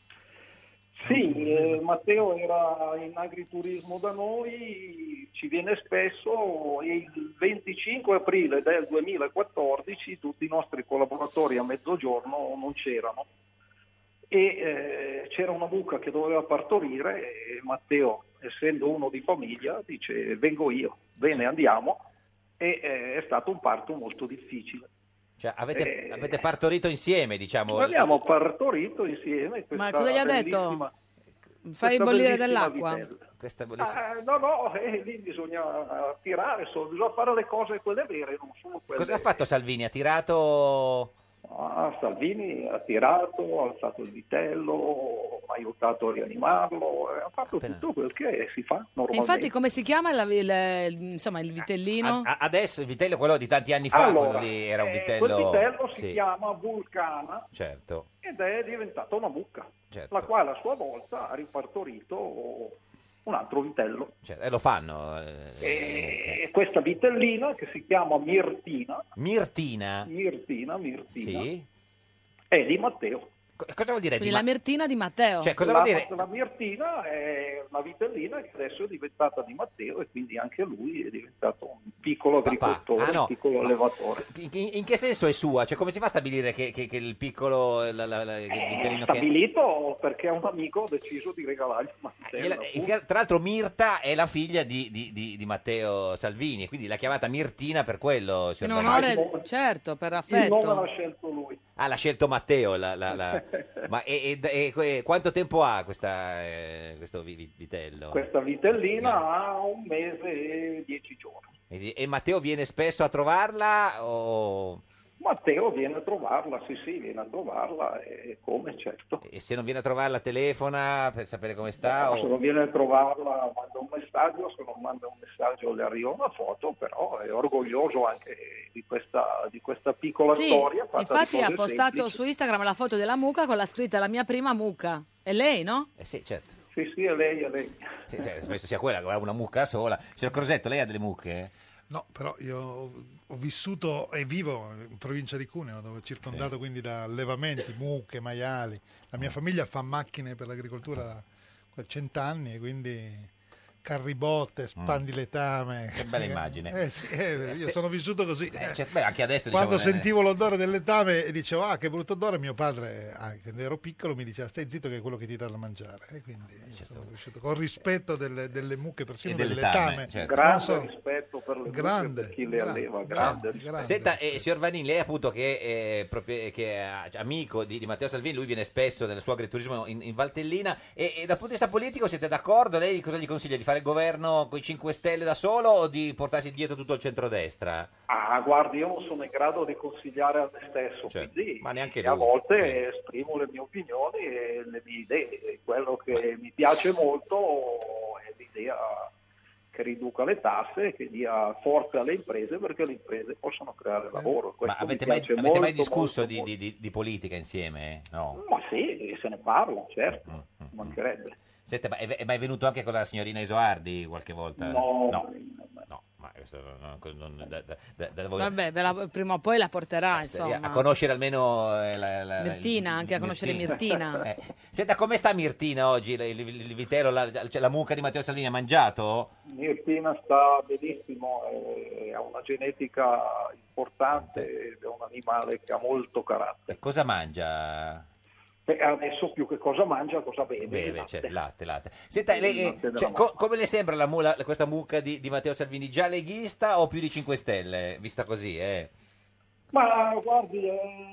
Sì, Matteo era in agriturismo da noi, ci viene spesso e il 25 aprile del 2014 tutti i nostri collaboratori a mezzogiorno non c'erano e c'era una mucca che doveva partorire e Matteo, essendo uno di famiglia, dice vengo io, bene andiamo e è stato un parto molto difficile. Cioè, avete partorito insieme, diciamo. Abbiamo partorito insieme questa Ma cosa gli ha detto? bellissima- Fai questa bollire bellissima dell'acqua? vitella. Questa lì bisogna tirare, bisogna fare le cose quelle vere, non sono quelle... Cosa ha fatto Salvini? Ha tirato... Salvini ha tirato, ha alzato il vitello, ha aiutato a rianimarlo, ha fatto tutto quel che si fa E normalmente. infatti come si chiama il vitellino? Adesso il vitello, quello di tanti anni fa, Allora, quello lì era un vitello... Quel vitello si sì, chiama Vulcana certo. ed è diventata una mucca, Certo. la quale a sua volta ha ripartorito un altro vitello. E lo fanno. E questa vitellina, che si chiama Mirtina, Mirtina? sì, è di Matteo. Cosa vuol dire? Quindi la Mirtina di Matteo. Cioè, cosa vuol dire? La Mirtina è una vitellina che adesso è diventata di Matteo e quindi anche lui è diventato un piccolo agricoltore, un piccolo allevatore. In che senso è sua? Cioè, come si fa a stabilire che il piccolo il vitellino Stabilito perché un amico ha deciso di regalargli Matteo. Tra l'altro Mirta è la figlia di Matteo Salvini, quindi l'ha chiamata Mirtina per quello. In onore, certo, per affetto. Il nome l'ha scelto lui. Ah, l'ha scelto Matteo. Ma quanto tempo ha questo vitello? Questa vitellina ha 1 mese e 10 giorni. E Matteo viene spesso a trovarla? Matteo viene a trovarla, sì, viene a trovarla, e come, certo. E se non viene a trovarla telefona per sapere come sta? Se non viene a trovarla manda un messaggio, se non manda un messaggio le arriva una foto, però è orgoglioso anche di questa piccola storia. Infatti ha postato su Instagram la foto della mucca con la scritta "la mia prima mucca". È lei, no? Sì, certo. Sì, è lei. Sì, penso sia quella, aveva una mucca sola. Signor Crosetto, lei ha delle mucche? No, però io ho vissuto e vivo in provincia di Cuneo, dove è circondato quindi da allevamenti, mucche, maiali. La mia famiglia fa macchine per l'agricoltura da 100 anni e quindi carribotte, spandiletame. Che bella immagine. Io sono vissuto così. Anche adesso, quando diciamo, sentivo l'odore del letame e dicevo che brutto odore, mio padre, quando ero piccolo, mi diceva stai zitto che è quello che ti dà da mangiare. E quindi sono cresciuto con rispetto delle mucche, persino del letame. Certo. Grande rispetto per le mucche, per chi le alleva. Grande. Senta, signor Vanini, lei appunto che è amico di Matteo Salvini, lui viene spesso nel suo agriturismo in Valtellina e dal punto di vista politico siete d'accordo? Lei cosa gli consiglia? Di fare il governo con i 5 Stelle da solo o di portarsi dietro tutto il centrodestra? Guardi, io non sono in grado di consigliare a me stesso, quindi ma neanche a lui. volte esprimo le mie opinioni e le mie idee. Quello che mi piace molto è l'idea che riduca le tasse, che dia forza alle imprese perché le imprese possono creare lavoro. Ma avete mai discusso di politica insieme? No. Ma sì, se ne parla, certo, mancherebbe. Senta, ma è mai venuto anche con la signorina Isoardi qualche volta? No. Ma questo da voi... Vabbè, prima o poi la porterà, insomma. A conoscere almeno Mirtina, anche a conoscere Mirtina. Senta, come sta Mirtina oggi? Il vitello, la mucca di Matteo Salvini ha mangiato? Mirtina sta benissimo, ha una genetica importante ed è un animale che ha molto carattere. E cosa mangia? Adesso più che cosa mangia, cosa beve. Latte. Senta, come le sembra questa mucca di Matteo Salvini? Già leghista o più di 5 Stelle? Vista così, Ma guardi,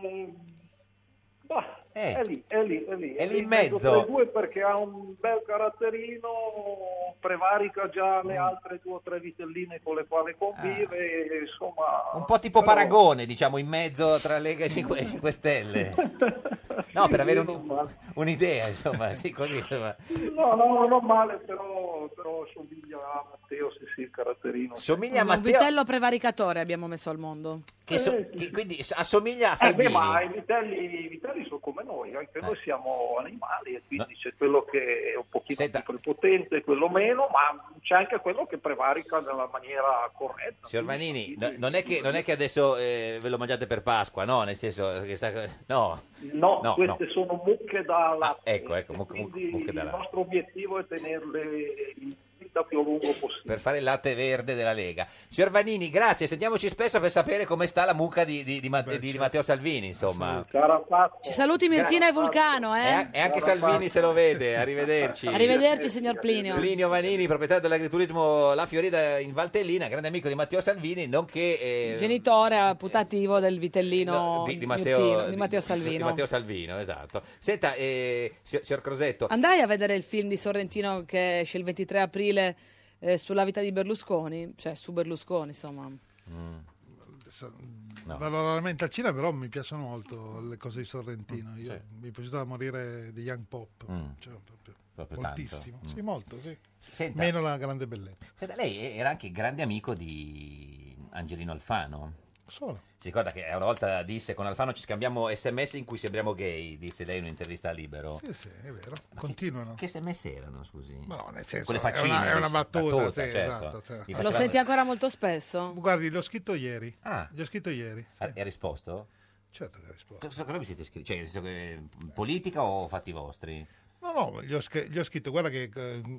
è lì. È lì in mezzo. Tra i due perché ha un bel caratterino, prevarica già le altre 2 o 3 vitelline con le quali convive, insomma... Un po' tipo Paragone, diciamo, in mezzo tra Lega e 5 Stelle. No, per avere un'idea, insomma, sì, così, insomma. No, non male, però somiglia a Matteo, sì, il caratterino. Somiglia a Matteo. Un vitello prevaricatore abbiamo messo al mondo. Quindi assomiglia a Salvini. Ma i vitelli sono come noi, anche noi siamo animali e quindi c'è quello che è un pochino più prepotente, quello meno, ma c'è anche quello che prevarica nella maniera corretta. Signor Vanini, non è che adesso ve lo mangiate per Pasqua, no? Nel senso che No, queste sono mucche da latte. Ecco, mucche da latte. Il nostro obiettivo è tenerle in vita più a lungo possibile. Per fare il latte verde della Lega. Signor Vanini, grazie, sentiamoci spesso per sapere come sta la mucca di Matteo Salvini, insomma. Ci saluti Mirtina e Vulcano, E anche Salvini se lo vede, arrivederci. Arrivederci, signor Plinio. Plinio Vanini, proprietario dell'agriturismo La Fiorita in Valtellina, grande amico di Matteo Salvini, nonché genitore putativo del vitellino di di Matteo Matteo Salvino. Di Matteo Salvino, esatto. Senta, signor Crosetto, Andrai a vedere il film di Sorrentino che esce il 23 aprile sulla vita di Berlusconi, cioè su Berlusconi, insomma. Vado raramente al cinema, però mi piacciono molto le cose di Sorrentino. Mi è piaciuto da morire di Young Pop, cioè, proprio moltissimo. tanto. Sì, molto, sì. Senta, Meno La grande bellezza. senta, lei era anche grande amico di Angelino Alfano. Solo. Si ricorda che una volta disse con Alfano ci scambiamo sms in cui sembriamo gay, disse lei in un'intervista a Libero. Sì, è vero. Continuano. Che sms erano, scusi? Ma no, nel senso, Quelle faccine, è una battuta, sì, certo. esatto, sì. Mi Lo faceva- senti ancora molto spesso? Guardi, l'ho scritto ieri. Ah. Gli ho scritto ieri. Sì. Ha risposto? Certo che ha risposto. Cosa vi siete scritti? Cioè, nel senso che politica o fatti vostri? No, gli ho scritto, guarda che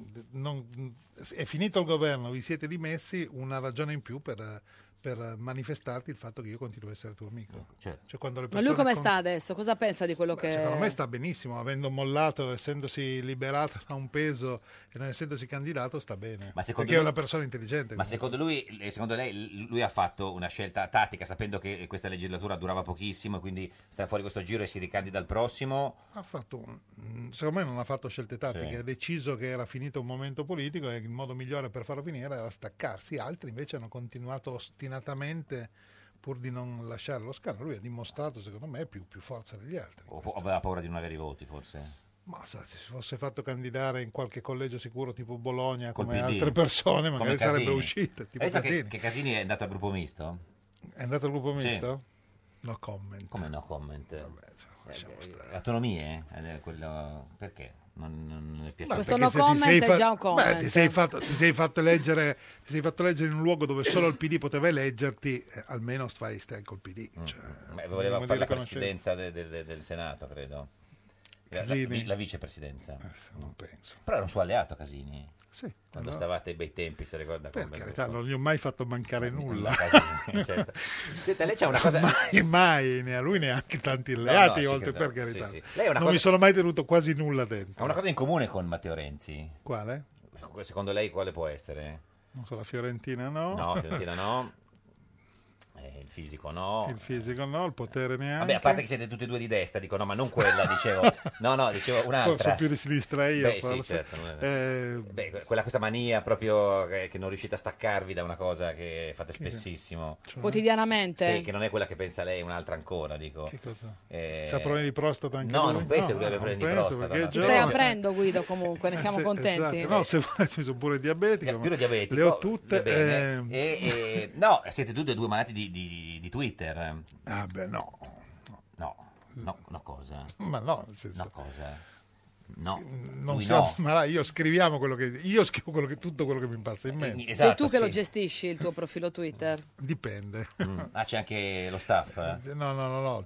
è finito il governo, vi siete dimessi, una ragione in più per manifestarti il fatto che io continuo a essere tuo amico. Certo. Cioè, quando le Ma lui persone come sta adesso? Cosa pensa di quello che... Secondo me sta benissimo, avendo mollato, essendosi liberato da un peso e non essendosi candidato, sta bene. Ma secondo perché è lui- una persona intelligente. Ma secondo lei, lui ha fatto una scelta tattica sapendo che questa legislatura durava pochissimo e quindi sta fuori questo giro e si ricandida al prossimo? Secondo me non ha fatto scelte tattiche, Sì. ha deciso che era finito un momento politico e il modo migliore per farlo finire era staccarsi. Altri invece hanno continuato ostinatamente pur di non lasciare lo scandalo. Lui ha dimostrato, secondo me, più forza degli altri. O aveva paura di non avere i voti, forse? Ma se si fosse fatto candidare in qualche collegio sicuro tipo Bologna Col come PD? altre persone, Come magari Casini? sarebbe uscita. Tipo Hai visto Casini. che Casini è andato al gruppo misto? È andato al gruppo Sì. misto? No comment. Come no comment? lasciamo stare. Autonomie? Perché? Non è piaciuto? Questo no comment è già un comment. Ti sei fatto eleggere in un luogo dove solo il PD poteva eleggerti, almeno stai col PD. Cioè, Voleva minimo fare di la riconoscenza. presidenza del Senato, credo. Casini? La vicepresidenza. Non penso. Però era un suo alleato, Casini. Sì. Quando allora- stavate ai bei tempi, se ricorda. Per come- carità, non gli ho mai fatto mancare nulla. Casini, certo. Senta, lei c'ha una cosa... mai, né a lui neanche tanti No, alleati, ci oltre credo. per carità. Sì, sì. Lei è una Non cosa- mi sono mai tenuto quasi nulla dentro. Ha una cosa in comune con Matteo Renzi. Quale? Secondo lei quale può essere? Non so, la Fiorentina no. No, Fiorentina no. Il fisico no. Il fisico no, il potere neanche. Vabbè, a parte che siete tutti e due di destra, dico no, ma non quella, dicevo. No, dicevo un'altra. Sono più di sinistra io, Beh, sì, forse. certo. Beh, questa mania proprio che non riuscite a staccarvi da una cosa che fate spessissimo. Quotidianamente? Sì, che non è quella che pensa lei, un'altra ancora, dico. Che cosa? Eh, C'ha problemi di prostata anche No, lui? non penso No, che abbia non problemi di penso, prostata. perché no. Ci stai aprendo, Guido, comunque, ne siamo Sì, contenti. esatto. No, se volete, mi sono pure diabetico. Pure diabetico. Le ho tutte. Va bene. No, siete tutti e due malati di Twitter. Ah, beh, no. No, cosa? Ma no, nel senso. No, cosa? No, Non lui siamo, no. ma là, io scrivo tutto quello che mi passa in mente. Sei tu che lo gestisci il tuo profilo Twitter? Dipende. Ah, c'è anche lo staff? No,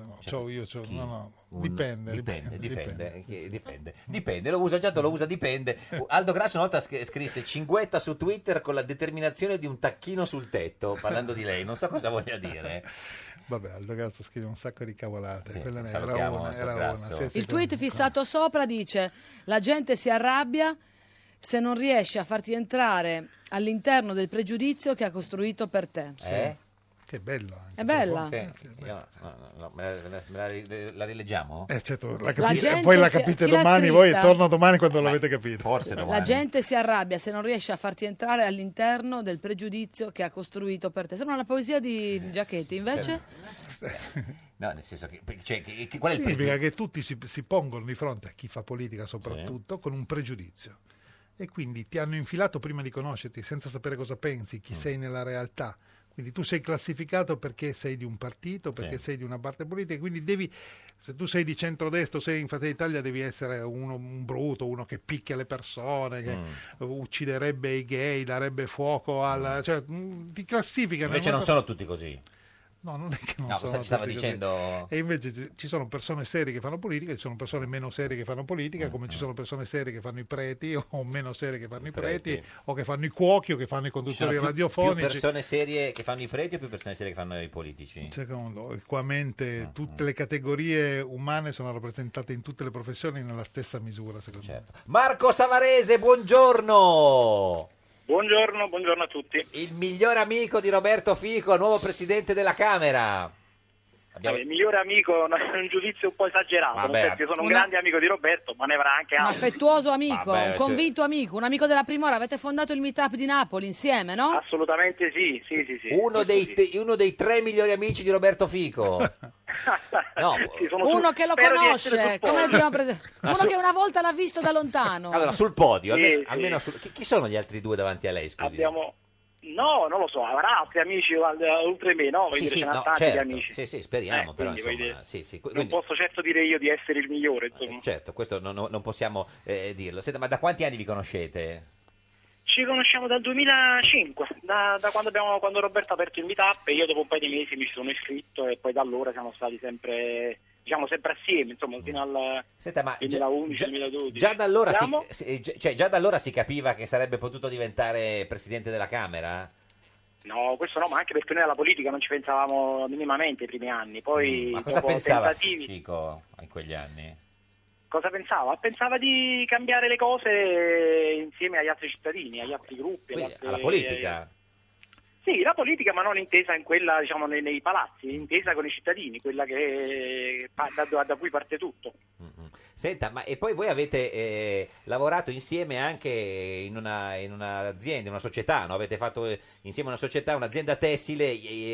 dipende. Dipende, lo usa già, lo usa, dipende. Aldo Grasso una volta scrisse cinguetta su Twitter con la determinazione di un tacchino sul tetto, parlando di lei, non so cosa voglia dire. Vabbè, Aldo Grasso scrive un sacco di cavolate. Sì, Quella sì, era salutiamo una. il Era Grasso. una. Sì, Il tweet fissato sopra dice: la gente si arrabbia se non riesce a farti entrare all'interno del pregiudizio che ha costruito per te. Che bello anche. È bella? Sì. No, la rileggiamo? Certo, gente poi la si- capite chi l'ha domani, voi e scritta? torno domani quando l'avete capito. Forse La gente si arrabbia se non riesce a farti entrare all'interno del pregiudizio che ha costruito per te. Sembra una poesia di Giacchetti, invece? No, nel senso che... qual è il Significa che tutti si pongono di fronte a chi fa politica soprattutto con un pregiudizio. E quindi ti hanno infilato prima di conoscerti, senza sapere cosa pensi, chi sei nella realtà. Quindi tu sei classificato perché sei di un partito, perché sei di una parte politica, quindi se tu sei di centrodestra o sei in Fratelli d'Italia devi essere un bruto, uno che picchia le persone, che ucciderebbe i gay, darebbe fuoco cioè ti classificano. Invece non sono tutti così. No, non è che non No, sono cosa ci stava tutti così. dicendo? E invece ci sono persone serie che fanno politica, ci sono persone meno serie che fanno politica, come ci sono persone serie che fanno i preti o meno serie che fanno i preti, o che fanno i cuochi o che fanno i Ci sono conduttori più radiofonici. persone serie che fanno i preti o più persone serie che fanno i politici? Secondo, equamente tutte le categorie umane sono rappresentate in tutte le professioni nella stessa misura, secondo me. Marco Savarese, buongiorno! Buongiorno a tutti. Il miglior amico di Roberto Fico, nuovo presidente della Camera. Il migliore amico è un giudizio un po' esagerato, Vabbè, nel senso, io sono un una- grande amico di Roberto, ma ne avrà anche Un altri. affettuoso amico, Vabbè, un convinto amico, un amico della prima ora. Avete fondato il meetup di Napoli insieme, no? Assolutamente sì. Uno dei 3 migliori amici di Roberto Fico. No, Uno che lo spero di essere conosce, sul come podio. abbiamo preso- No, uno su- che una volta l'ha visto da lontano. Allora, sul podio, Sì, almeno, sì. almeno chi sono gli altri due davanti a lei, scusi? No, non lo so, avrà altri amici oltre me, no? Voglio Sì, dire, sì, ce n'ha no, tanti di certo. amici. Sì, speriamo, però quindi, voglio insomma, dire, sì, non quindi- posso certo dire io di essere il migliore, insomma. certo, questo non possiamo dirlo. Senta, ma da quanti anni vi conoscete? Ci conosciamo dal 2005, da quando Roberto ha aperto il meetup, e io dopo un paio di mesi mi ci sono iscritto e poi da allora siamo stati sempre assieme, insomma, fino al Senta, ma 2011-2012. Già da allora Siamo? già da allora si capiva che sarebbe potuto diventare presidente della Camera? No, questo no, ma anche perché noi alla politica non ci pensavamo minimamente i primi anni, poi Ma cosa dopo pensava tentativi... Fico in quegli anni? Cosa pensava? Pensava di cambiare le cose insieme agli altri cittadini, agli altri gruppi. Quindi, agli altri- alla politica? Sì, la politica, ma non intesa in quella, diciamo, nei palazzi, intesa con i cittadini, quella da cui parte tutto. Senta, ma e poi voi avete lavorato insieme anche in un'azienda, in una società, no? Avete fatto insieme una società, un'azienda tessile,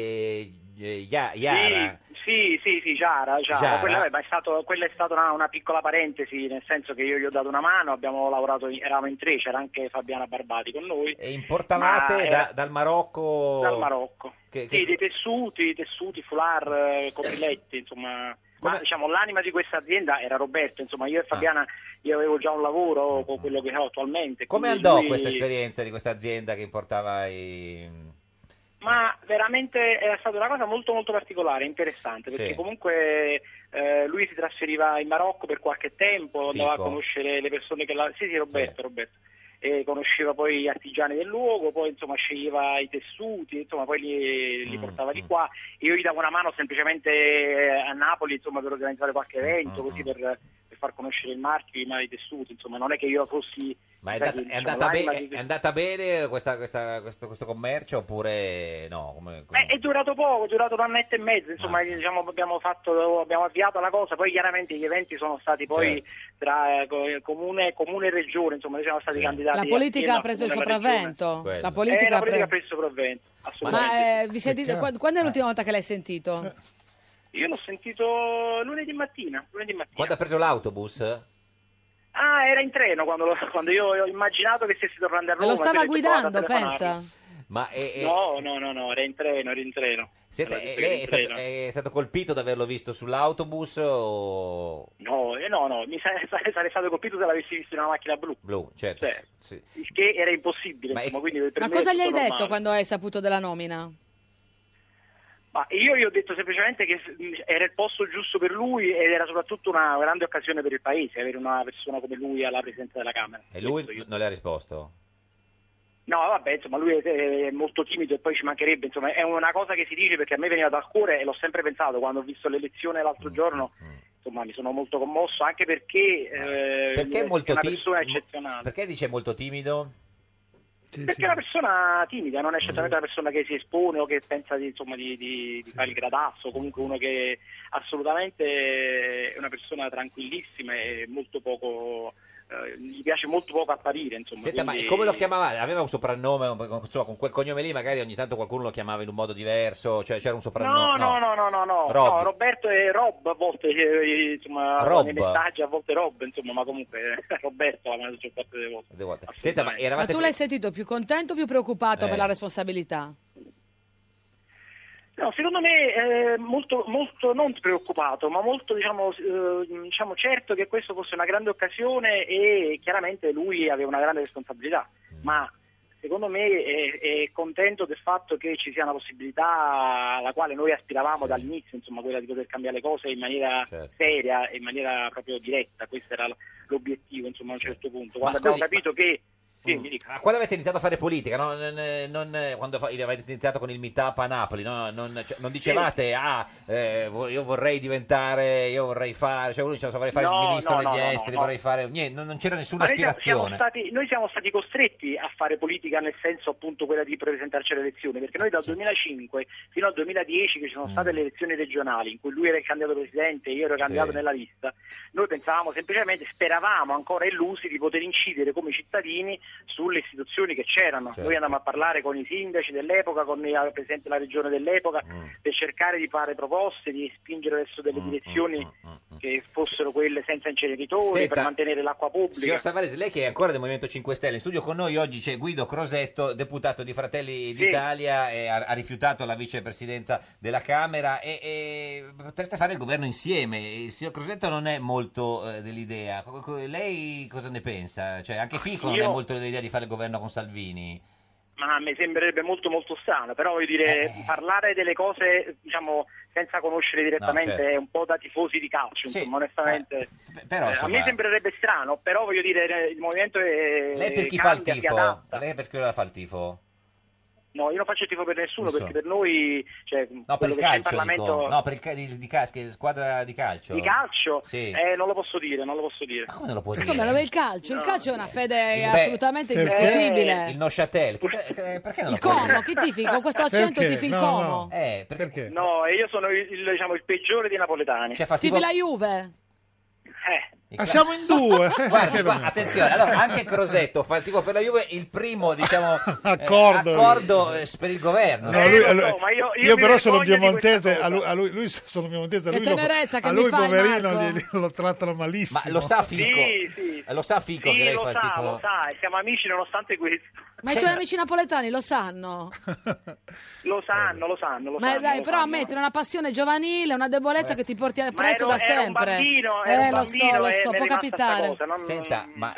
Yara. Sì, Giara. Giara. Quella è stata una piccola parentesi, nel senso che io gli ho dato una mano, abbiamo lavorato, eravamo in tre, c'era anche Fabiana Barbati con noi. E importavate dal Marocco? Dal Marocco. Che- Sì, dei tessuti, foulard, copriletti, insomma. Ma diciamo l'anima di questa azienda era Roberto, insomma, io e Fabiana io avevo già un lavoro con quello che ho attualmente. Come quindi andò lui- questa esperienza di questa azienda che importava i... Ma veramente è stata una cosa molto molto particolare, interessante, perché Sì. comunque lui si trasferiva in Marocco per qualche tempo, andava a Fico. conoscere le persone che Sì, Roberto. E conosceva poi gli artigiani del luogo, poi insomma sceglieva i tessuti, insomma poi li portava di qua. Io gli davo una mano semplicemente a Napoli, insomma, per organizzare qualche evento, così per far conoscere il marchio, i tessuti, insomma, non è che io fossi... Ma è sai, andata, diciamo, l'anima è andata bene questo commercio oppure no? È durato poco, è durato un annetto e mezzo, insomma, diciamo, abbiamo avviato la cosa, poi chiaramente gli eventi sono stati poi tra comune e regione, insomma, noi siamo stati candidati. La politica assieme ha preso il al comune e alla sopravvento. regione. La politica La politica ha preso il sopravvento, assolutamente. Ma vi sentite, quando è l'ultima volta che l'hai sentito? Io l'ho sentito lunedì mattina. Quando ha preso l'autobus? Ah, era in treno quando io ho immaginato che stessi tornando a E Roma. lo stava ho detto, guidando, "Vado a telefonarlo". pensa? Ma No, era in treno. Senta, Era tutto lei in è stato, treno. è stato colpito da averlo visto sull'autobus o... No, mi sarei stato colpito se l'avessi visto in una macchina blu. Blu, certo. Cioè, sì. Il che era impossibile, insomma, quindi per Ma me cosa è gli hai tutto detto normale. quando hai saputo della nomina? Ma io gli ho detto semplicemente che era il posto giusto per lui ed era soprattutto una grande occasione per il paese, avere una persona come lui alla presidenza della Camera. E lui non le ha risposto? No, vabbè, insomma, lui è molto timido e poi ci mancherebbe, insomma, è una cosa che si dice perché a me veniva dal cuore e l'ho sempre pensato quando ho visto l'elezione l'altro giorno, insomma, mi sono molto commosso, anche perché, Perché è è molto una timido? persona eccezionale. Perché dice molto timido? Perché è una persona timida, non è certamente una persona che si espone o che pensa di fare il gradazzo, comunque uno che assolutamente è una persona tranquillissima e molto poco, gli piace molto poco apparire, insomma. Senta, quindi- ma come lo chiamava? Aveva un soprannome, insomma, con quel cognome lì magari ogni tanto qualcuno lo chiamava in un modo diverso, cioè c'era un soprannome? No, Rob. Roberto è Rob a volte, insomma, Rob. nei messaggi a volte Rob, insomma, ma comunque Roberto la maggior parte delle volte. Senta, ma Ma eravate... tu l'hai sentito più contento o più preoccupato per la responsabilità? No, secondo me molto, molto non preoccupato, ma molto diciamo certo che questo fosse una grande occasione e chiaramente lui aveva una grande responsabilità, ma secondo me è contento del fatto che ci sia una possibilità alla quale noi aspiravamo dall'inizio, insomma, quella di poter cambiare le cose in maniera seria e in maniera proprio diretta. Questo era l'obiettivo, insomma, a un certo punto. Quando abbiamo capito che Quando avete iniziato a fare politica, no? Quando avete iniziato con il meetup a Napoli, no? non dicevate io vorrei diventare, io vorrei fare, cioè uno diceva vorrei fare il ministro degli esteri, vorrei fare niente, non c'era nessuna aspirazione. Noi siamo stati costretti a fare politica, nel senso appunto quella di presentarci alle elezioni, perché noi dal 2005 fino al 2010, che ci sono state le elezioni regionali in cui lui era il candidato presidente e io ero candidato nella lista, noi pensavamo semplicemente, speravamo ancora illusi di poter incidere come cittadini sulle istituzioni che c'erano. Noi andavamo a parlare con i sindaci dell'epoca, con il presidente della regione dell'epoca, per cercare di fare proposte, di spingere verso delle direzioni che fossero quelle senza inceneritori, per mantenere l'acqua pubblica. Signor Savarese, lei che è ancora del Movimento 5 Stelle, in studio con noi oggi c'è Guido Crosetto, deputato di Fratelli d'Italia, e ha rifiutato la vicepresidenza della Camera e potreste fare il governo insieme. Il signor Crosetto non è molto dell'idea. Lei cosa ne pensa? Cioè, anche Fico non è molto dell'idea di fare il governo con Salvini. Ma mi sembrerebbe molto molto strano, però voglio dire, parlare delle cose, diciamo, senza conoscere direttamente è un po' da tifosi di calcio, insomma, onestamente. Però, a me sembrerebbe strano, però voglio dire, il movimento è... Lei per chi fa il tifo? Lei per chi fa il tifo? No, io non faccio il tifo per nessuno, perché per noi, cioè, no, per il calcio, Parlamento... dico. No, per il squadra di calcio. Di calcio? Sì. Non lo posso dire. Ma come non lo può dire? Come lo vede il calcio? Il calcio è una fede assolutamente indiscutibile. Il Neuchâtel, perché non lo Il può dire? Como, chi tifi? Con questo accento tifi il Como? Perché? No, io sono il peggiore dei napoletani. Tifi la Juve? Siamo in due. Guarda, attenzione, allora anche Crosetto fa il tifo per la Juve, il primo, diciamo, accordo per il governo. No, io però sono piemontese, lui sono piemontese, Che tenerezza che a lui mi fai, poverino Marco? lo trattano malissimo. Ma lo sa Fico? Sì. Lo sa Fico che lei fa il tifo? Lo sa, siamo amici nonostante questo. Ma i tuoi amici napoletani lo sanno? Lo sanno. Ma dai, però ammettere una passione giovanile, una debolezza che ti porti appresso da sempre. Lo so, può capitare. Senta, ma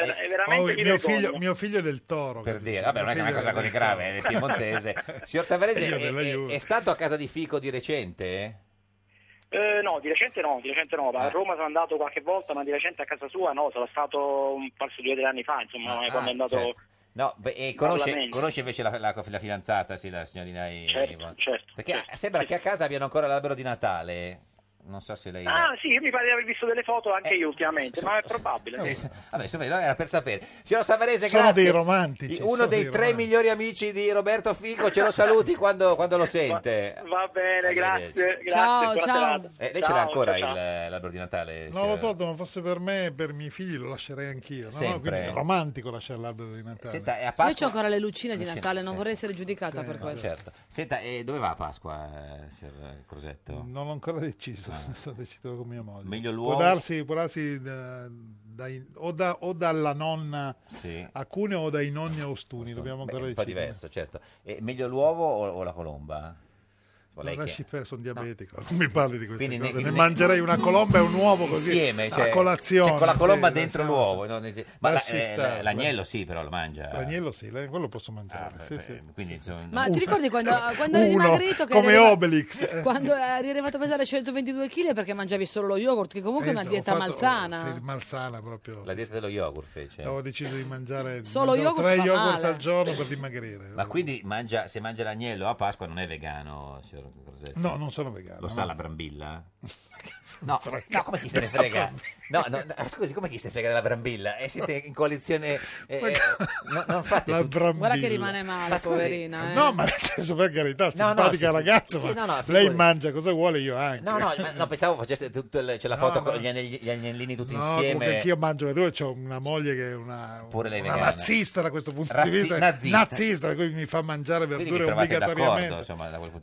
mio figlio è del Toro. Per dire, vabbè, non è una cosa così grave, è piemontese. Signor Savarese, è stato a casa di Fico di recente? No, di recente no. A Roma sono andato qualche volta, ma di recente a casa sua no, sono stato forse 2 o 3 anni fa, insomma, quando è andato... Certo. No, e conosce invece la fidanzata, sì, la signorina Ivo? Certo. Perché sembra che a casa abbiano ancora l'albero di Natale. Non so se lei... sì, io mi pare di aver visto delle foto anche io ultimamente, ma è probabile. Vabbè, insomma, era per sapere. Signor Savarese, sono grazie. dei romantici. Uno dei 3 migliori amici di Roberto Fico, ce lo saluti quando lo sente. Va bene, grazie. Ciao. Lei ce l'ha ancora l'albero di Natale? No, l'ho tolto, non fosse per me e per i miei figli lo lascerei anch'io. No, quindi è romantico lasciare l'albero di Natale. Senta, Io ho ancora le lucine di Natale, non vorrei essere giudicata per questo. Certo. Senta, dove va a Pasqua, signor Crosetto? Non l'ho ancora deciso, sto decidendo con mia moglie. Meglio l'uovo? Può darsi o dalla nonna a Cuneo o dai nonni a Ostuni, dobbiamo ancora decidere. Un po' diverso, certo. Meglio l'uovo o la colomba? Sono diabetico, non mi parli di queste cose. Ne mangerei una colomba e un uovo così insieme, a colazione, con la colomba dentro l'uovo. Ma l'agnello però lo mangia. L'agnello quello posso mangiare. Quindi, ma ti ricordi quando eri dimagrito, che come Obelix? Quando eri arrivato a pesare 122 kg perché mangiavi solo lo yogurt, che comunque è una dieta malsana. Malsana proprio. La dieta dello yogurt fece. Avevo deciso di mangiare solo 3 yogurt al giorno per dimagrire. Ma quindi se mangia l'agnello a Pasqua non è vegano, signor Crosetto? No, non sono vegano. Lo sa la brambilla? No, come chi se ne frega? No, scusi, come chi se ne frega della brambilla? Siete in coalizione, non fate guarda che rimane male, poverina. No, ma nel senso, per carità, simpatica ragazza, lei mangia cosa vuole, io anche. No, pensavo faceste c'è la foto con gli agnellini tutti insieme. Perché io mangio, ho una moglie che è una nazista da questo punto di vista, nazista, per cui mi fa mangiare verdure obbligatoriamente. Insomma, da quel punto di vista.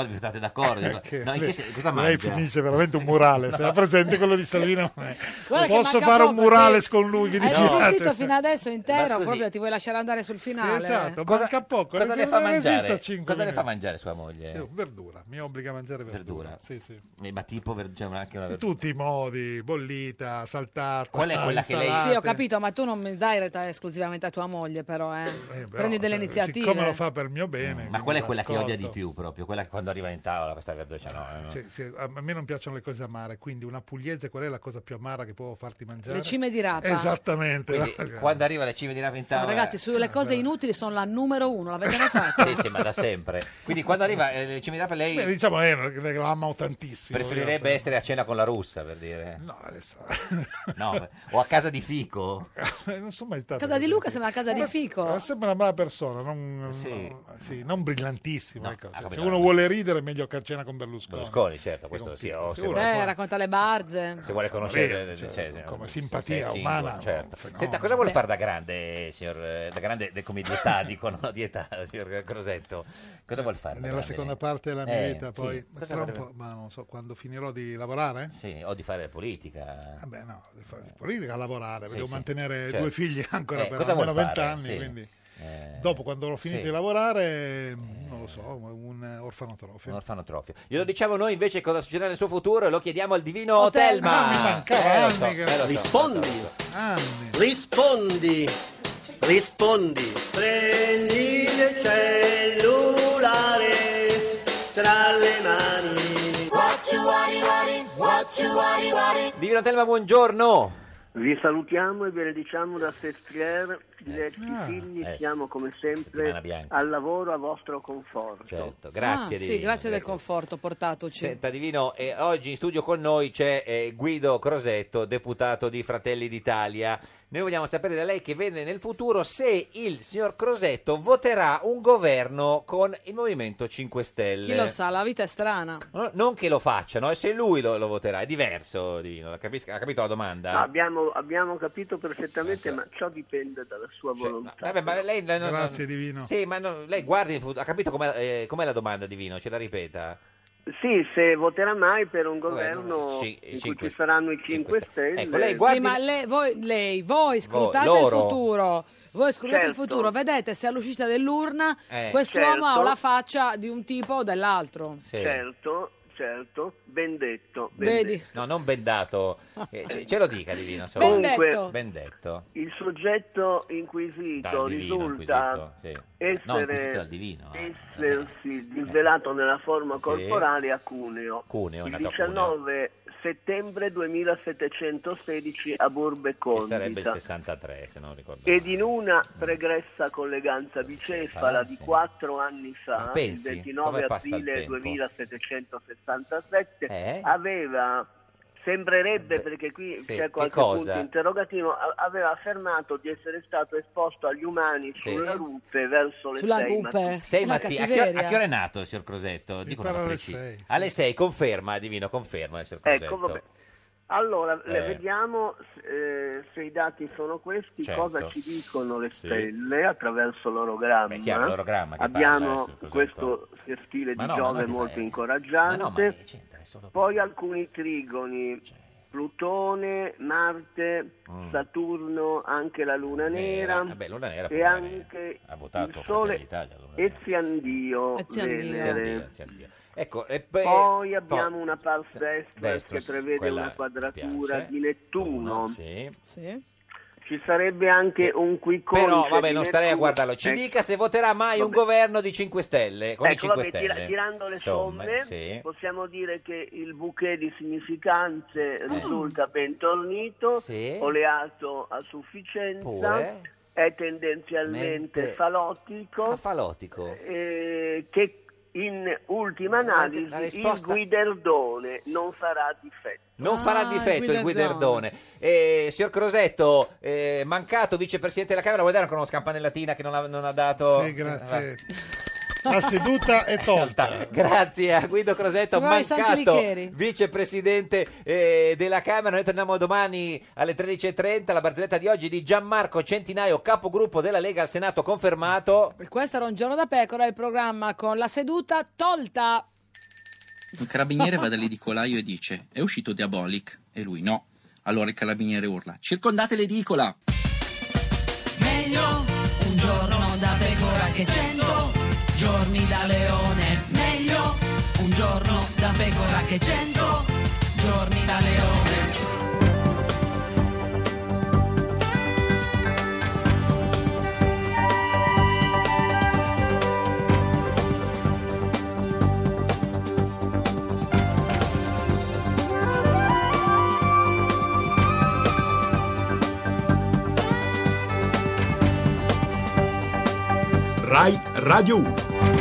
vi state d'accordo. Dico, no, cosa mangia? Lei finisce veramente un murale. Se la presente quello di Salvini, Guarda che posso manca fare un poco, murale sì. con lui. Vi Hai dispiace. resistito fino adesso Ma intero, scusi. proprio ti vuoi lasciare andare sul finale. Esatto, Cosa- manca poco. Cosa le fa mangiare? 5 Cosa le fa minuti. mangiare sua moglie? Verdura, mi obbliga a mangiare verdura. Sì, sì. Ma tipo c'è anche una In verdura. tutti i modi, bollita, saltata. Qual è quella che lei- Sì, ho capito, ma tu non mi dai retta esclusivamente a tua moglie, però, prendi delle iniziative. Siccome lo fa per il mio bene. Ma qual è quella che odia l'ascolto. di più proprio? Quella che quando arriva in tavola questa verdura no. Sì, sì, a me non piacciono le cose amare, quindi una pugliese qual è la cosa più amara che può farti mangiare? Le cime di rapa. Esattamente. Quindi, quando arriva le cime di rapa in No, tavola... ragazzi, sulle cose inutili sono la numero 1, l'avete notato? Sì, sì, ma da sempre. Quindi quando arriva le cime di rapa lei Beh, diciamo che la amo tantissimo. preferirebbe essere a cena con la russa, per dire. No, adesso... No, o a casa di Fico. non sono mai stato. Casa di Luca sembra casa di Fico. È sempre una brava persona, non, Sì. non brillantissima. Ecco. capito. Se uno vuole ridere è meglio che a cena con Berlusconi. Berlusconi, certo, questo sì. o se, Beh, racconta le barze. se vuole conoscere come simpatia singolo, umana, certo. un fenomeno. Senta, cosa vuole fare da grande, signor, da grande come di età, dicono, no, di età, signor Crosetto? Cosa vuole fare? da Nella grande seconda lei? parte della mia vita, sì. poi Cosa tra un vorrebbe- po', ma non so, quando finirò di lavorare? Sì, o di fare politica. Vabbè, no, di fare politica a lavorare, Sì, devo sì, mantenere certo. 2 figli ancora per cosa almeno vuol 20 fare? anni, Sì. quindi dopo quando avrò finito sì. di lavorare, non lo so, un orfanotrofio. Un orfanotrofio. Glielo diciamo noi invece cosa succederà nel suo futuro e lo chiediamo al divino Telma. Telma. Ah, mi mancava lo so, anni che- lo so, Rispondi. lo so. Anni. Rispondi. Rispondi. Prendi il cellulare tra le mani. Divino Telma, buongiorno. Vi salutiamo e benediciamo da Sestriere, diletti figli, sì. siamo come sempre Settimana bianca. al lavoro a vostro conforto. Certo, grazie Sì, Divino. grazie del conforto portatoci. Senta Divino, oggi in studio con noi c'è Guido Crosetto, deputato di Fratelli d'Italia. Noi vogliamo sapere da lei che vede nel futuro se il signor Crosetto voterà un governo con il Movimento 5 Stelle. Chi lo sa, la vita è strana. No, non che lo facciano, se lui lo voterà, è diverso Divino, ha capito la domanda? Abbiamo capito perfettamente, ma ciò dipende dalla sua volontà. Vabbè, ma lei, Grazie, Divino. Sì, ma lei guardi il futuro, ha capito com'è la domanda Divino, ce la ripeta? Sì, se voterà mai per un governo Sì, in cui cinque- ci saranno i 5 Stelle. Ecco, lei guardi- Sì, ma voi scrutate il loro. futuro. Voi scrutate il Certo. futuro, vedete se all'uscita dell'urna quest'uomo ha Certo. la faccia di un tipo o dell'altro. Sì. Certo, ben detto. Vedi? No, non bendato. Ce lo dica Divino. se lo- Comunque, Ben detto. il soggetto inquisito Dal Divino, risulta inquisito, sì. No, inquisito essere dal Divino. essersi rivelato nella forma Sì. corporale a Cuneo. Cuneo, è Il nato a 19 settembre 2716 a Burbe Che sarebbe il Condita. 63, se non ricordo. Ed in una pregressa colleganza bicefala di sì. 4 anni Ma fa, pensi, il 29 come passa il aprile tempo? 2767, aveva, sembrerebbe, perché qui sì, c'è che qualche cosa? punto interrogativo, aveva affermato di essere stato esposto agli umani Sì. sulla rupe verso le Sulla 6 rupe. mattino. 6 La mattina. A cattiveria. che ora è nato il signor Crosetto? Dico una pare alle precisa. 6. Alle 6, conferma Divino, conferma il signor Crosetto. Ecco, vabbè. Allora, Eh. vediamo se i dati sono questi, Certo. cosa ci dicono le Sì. stelle attraverso l'orogramma. Beh, chiaro, l'orogramma che Abbiamo parla, signor questo stile Ma di no, ma Giove non ti molto fai- incoraggiante, Ma no, ma c'entra, è solo... poi alcuni trigoni, Plutone, Marte, Saturno, anche la Luna Nera, Vabbè, Luna Nera, e però, anche ha votato il Fratelli Sole d'Italia, Luna Nera. Eziandio, Venere. Eziandio. Ecco, Poi abbiamo una pars destra Destro, che prevede quella una quadratura piace. di Nettuno. Sì. Ci sarebbe anche un quicconce Però, vabbè, di non starei a Nettuno. guardarlo. Ci Ecco. dica se voterà mai un Vabbè. governo di 5 Stelle, con i Ecco, 5 vabbè, Stelle. tirando le somme, sì. possiamo dire che il bouquet di significanze risulta ben tornito, Sì. oleato a sufficienza, Pure. è tendenzialmente Mente- falotico, Falotico. che in ultima analisi la risposta- il guiderdone non farà difetto. Non farà difetto il guiderdone. Signor Crosetto, mancato vicepresidente della Camera, vuoi dare ancora una scampanellatina che non ha dato? Sì, grazie. La seduta è tolta. Grazie a Guido Crosetto, Si va ai Santi mancato Licheri. vicepresidente della Camera. Noi torniamo domani alle 13.30. La barzelletta di oggi è di Gianmarco Centinaio, capogruppo della Lega al Senato, confermato. Questo era Un giorno da pecora, il programma con la seduta tolta. Un carabiniere va dall'edicolaio e dice: è uscito Diabolic? E lui: no. Allora il carabiniere urla: circondate l'edicola! Meglio un giorno da pecora che 100 giorni da leone. Meglio un giorno da pecora che 100 giorni da leone. Rai Radio 1.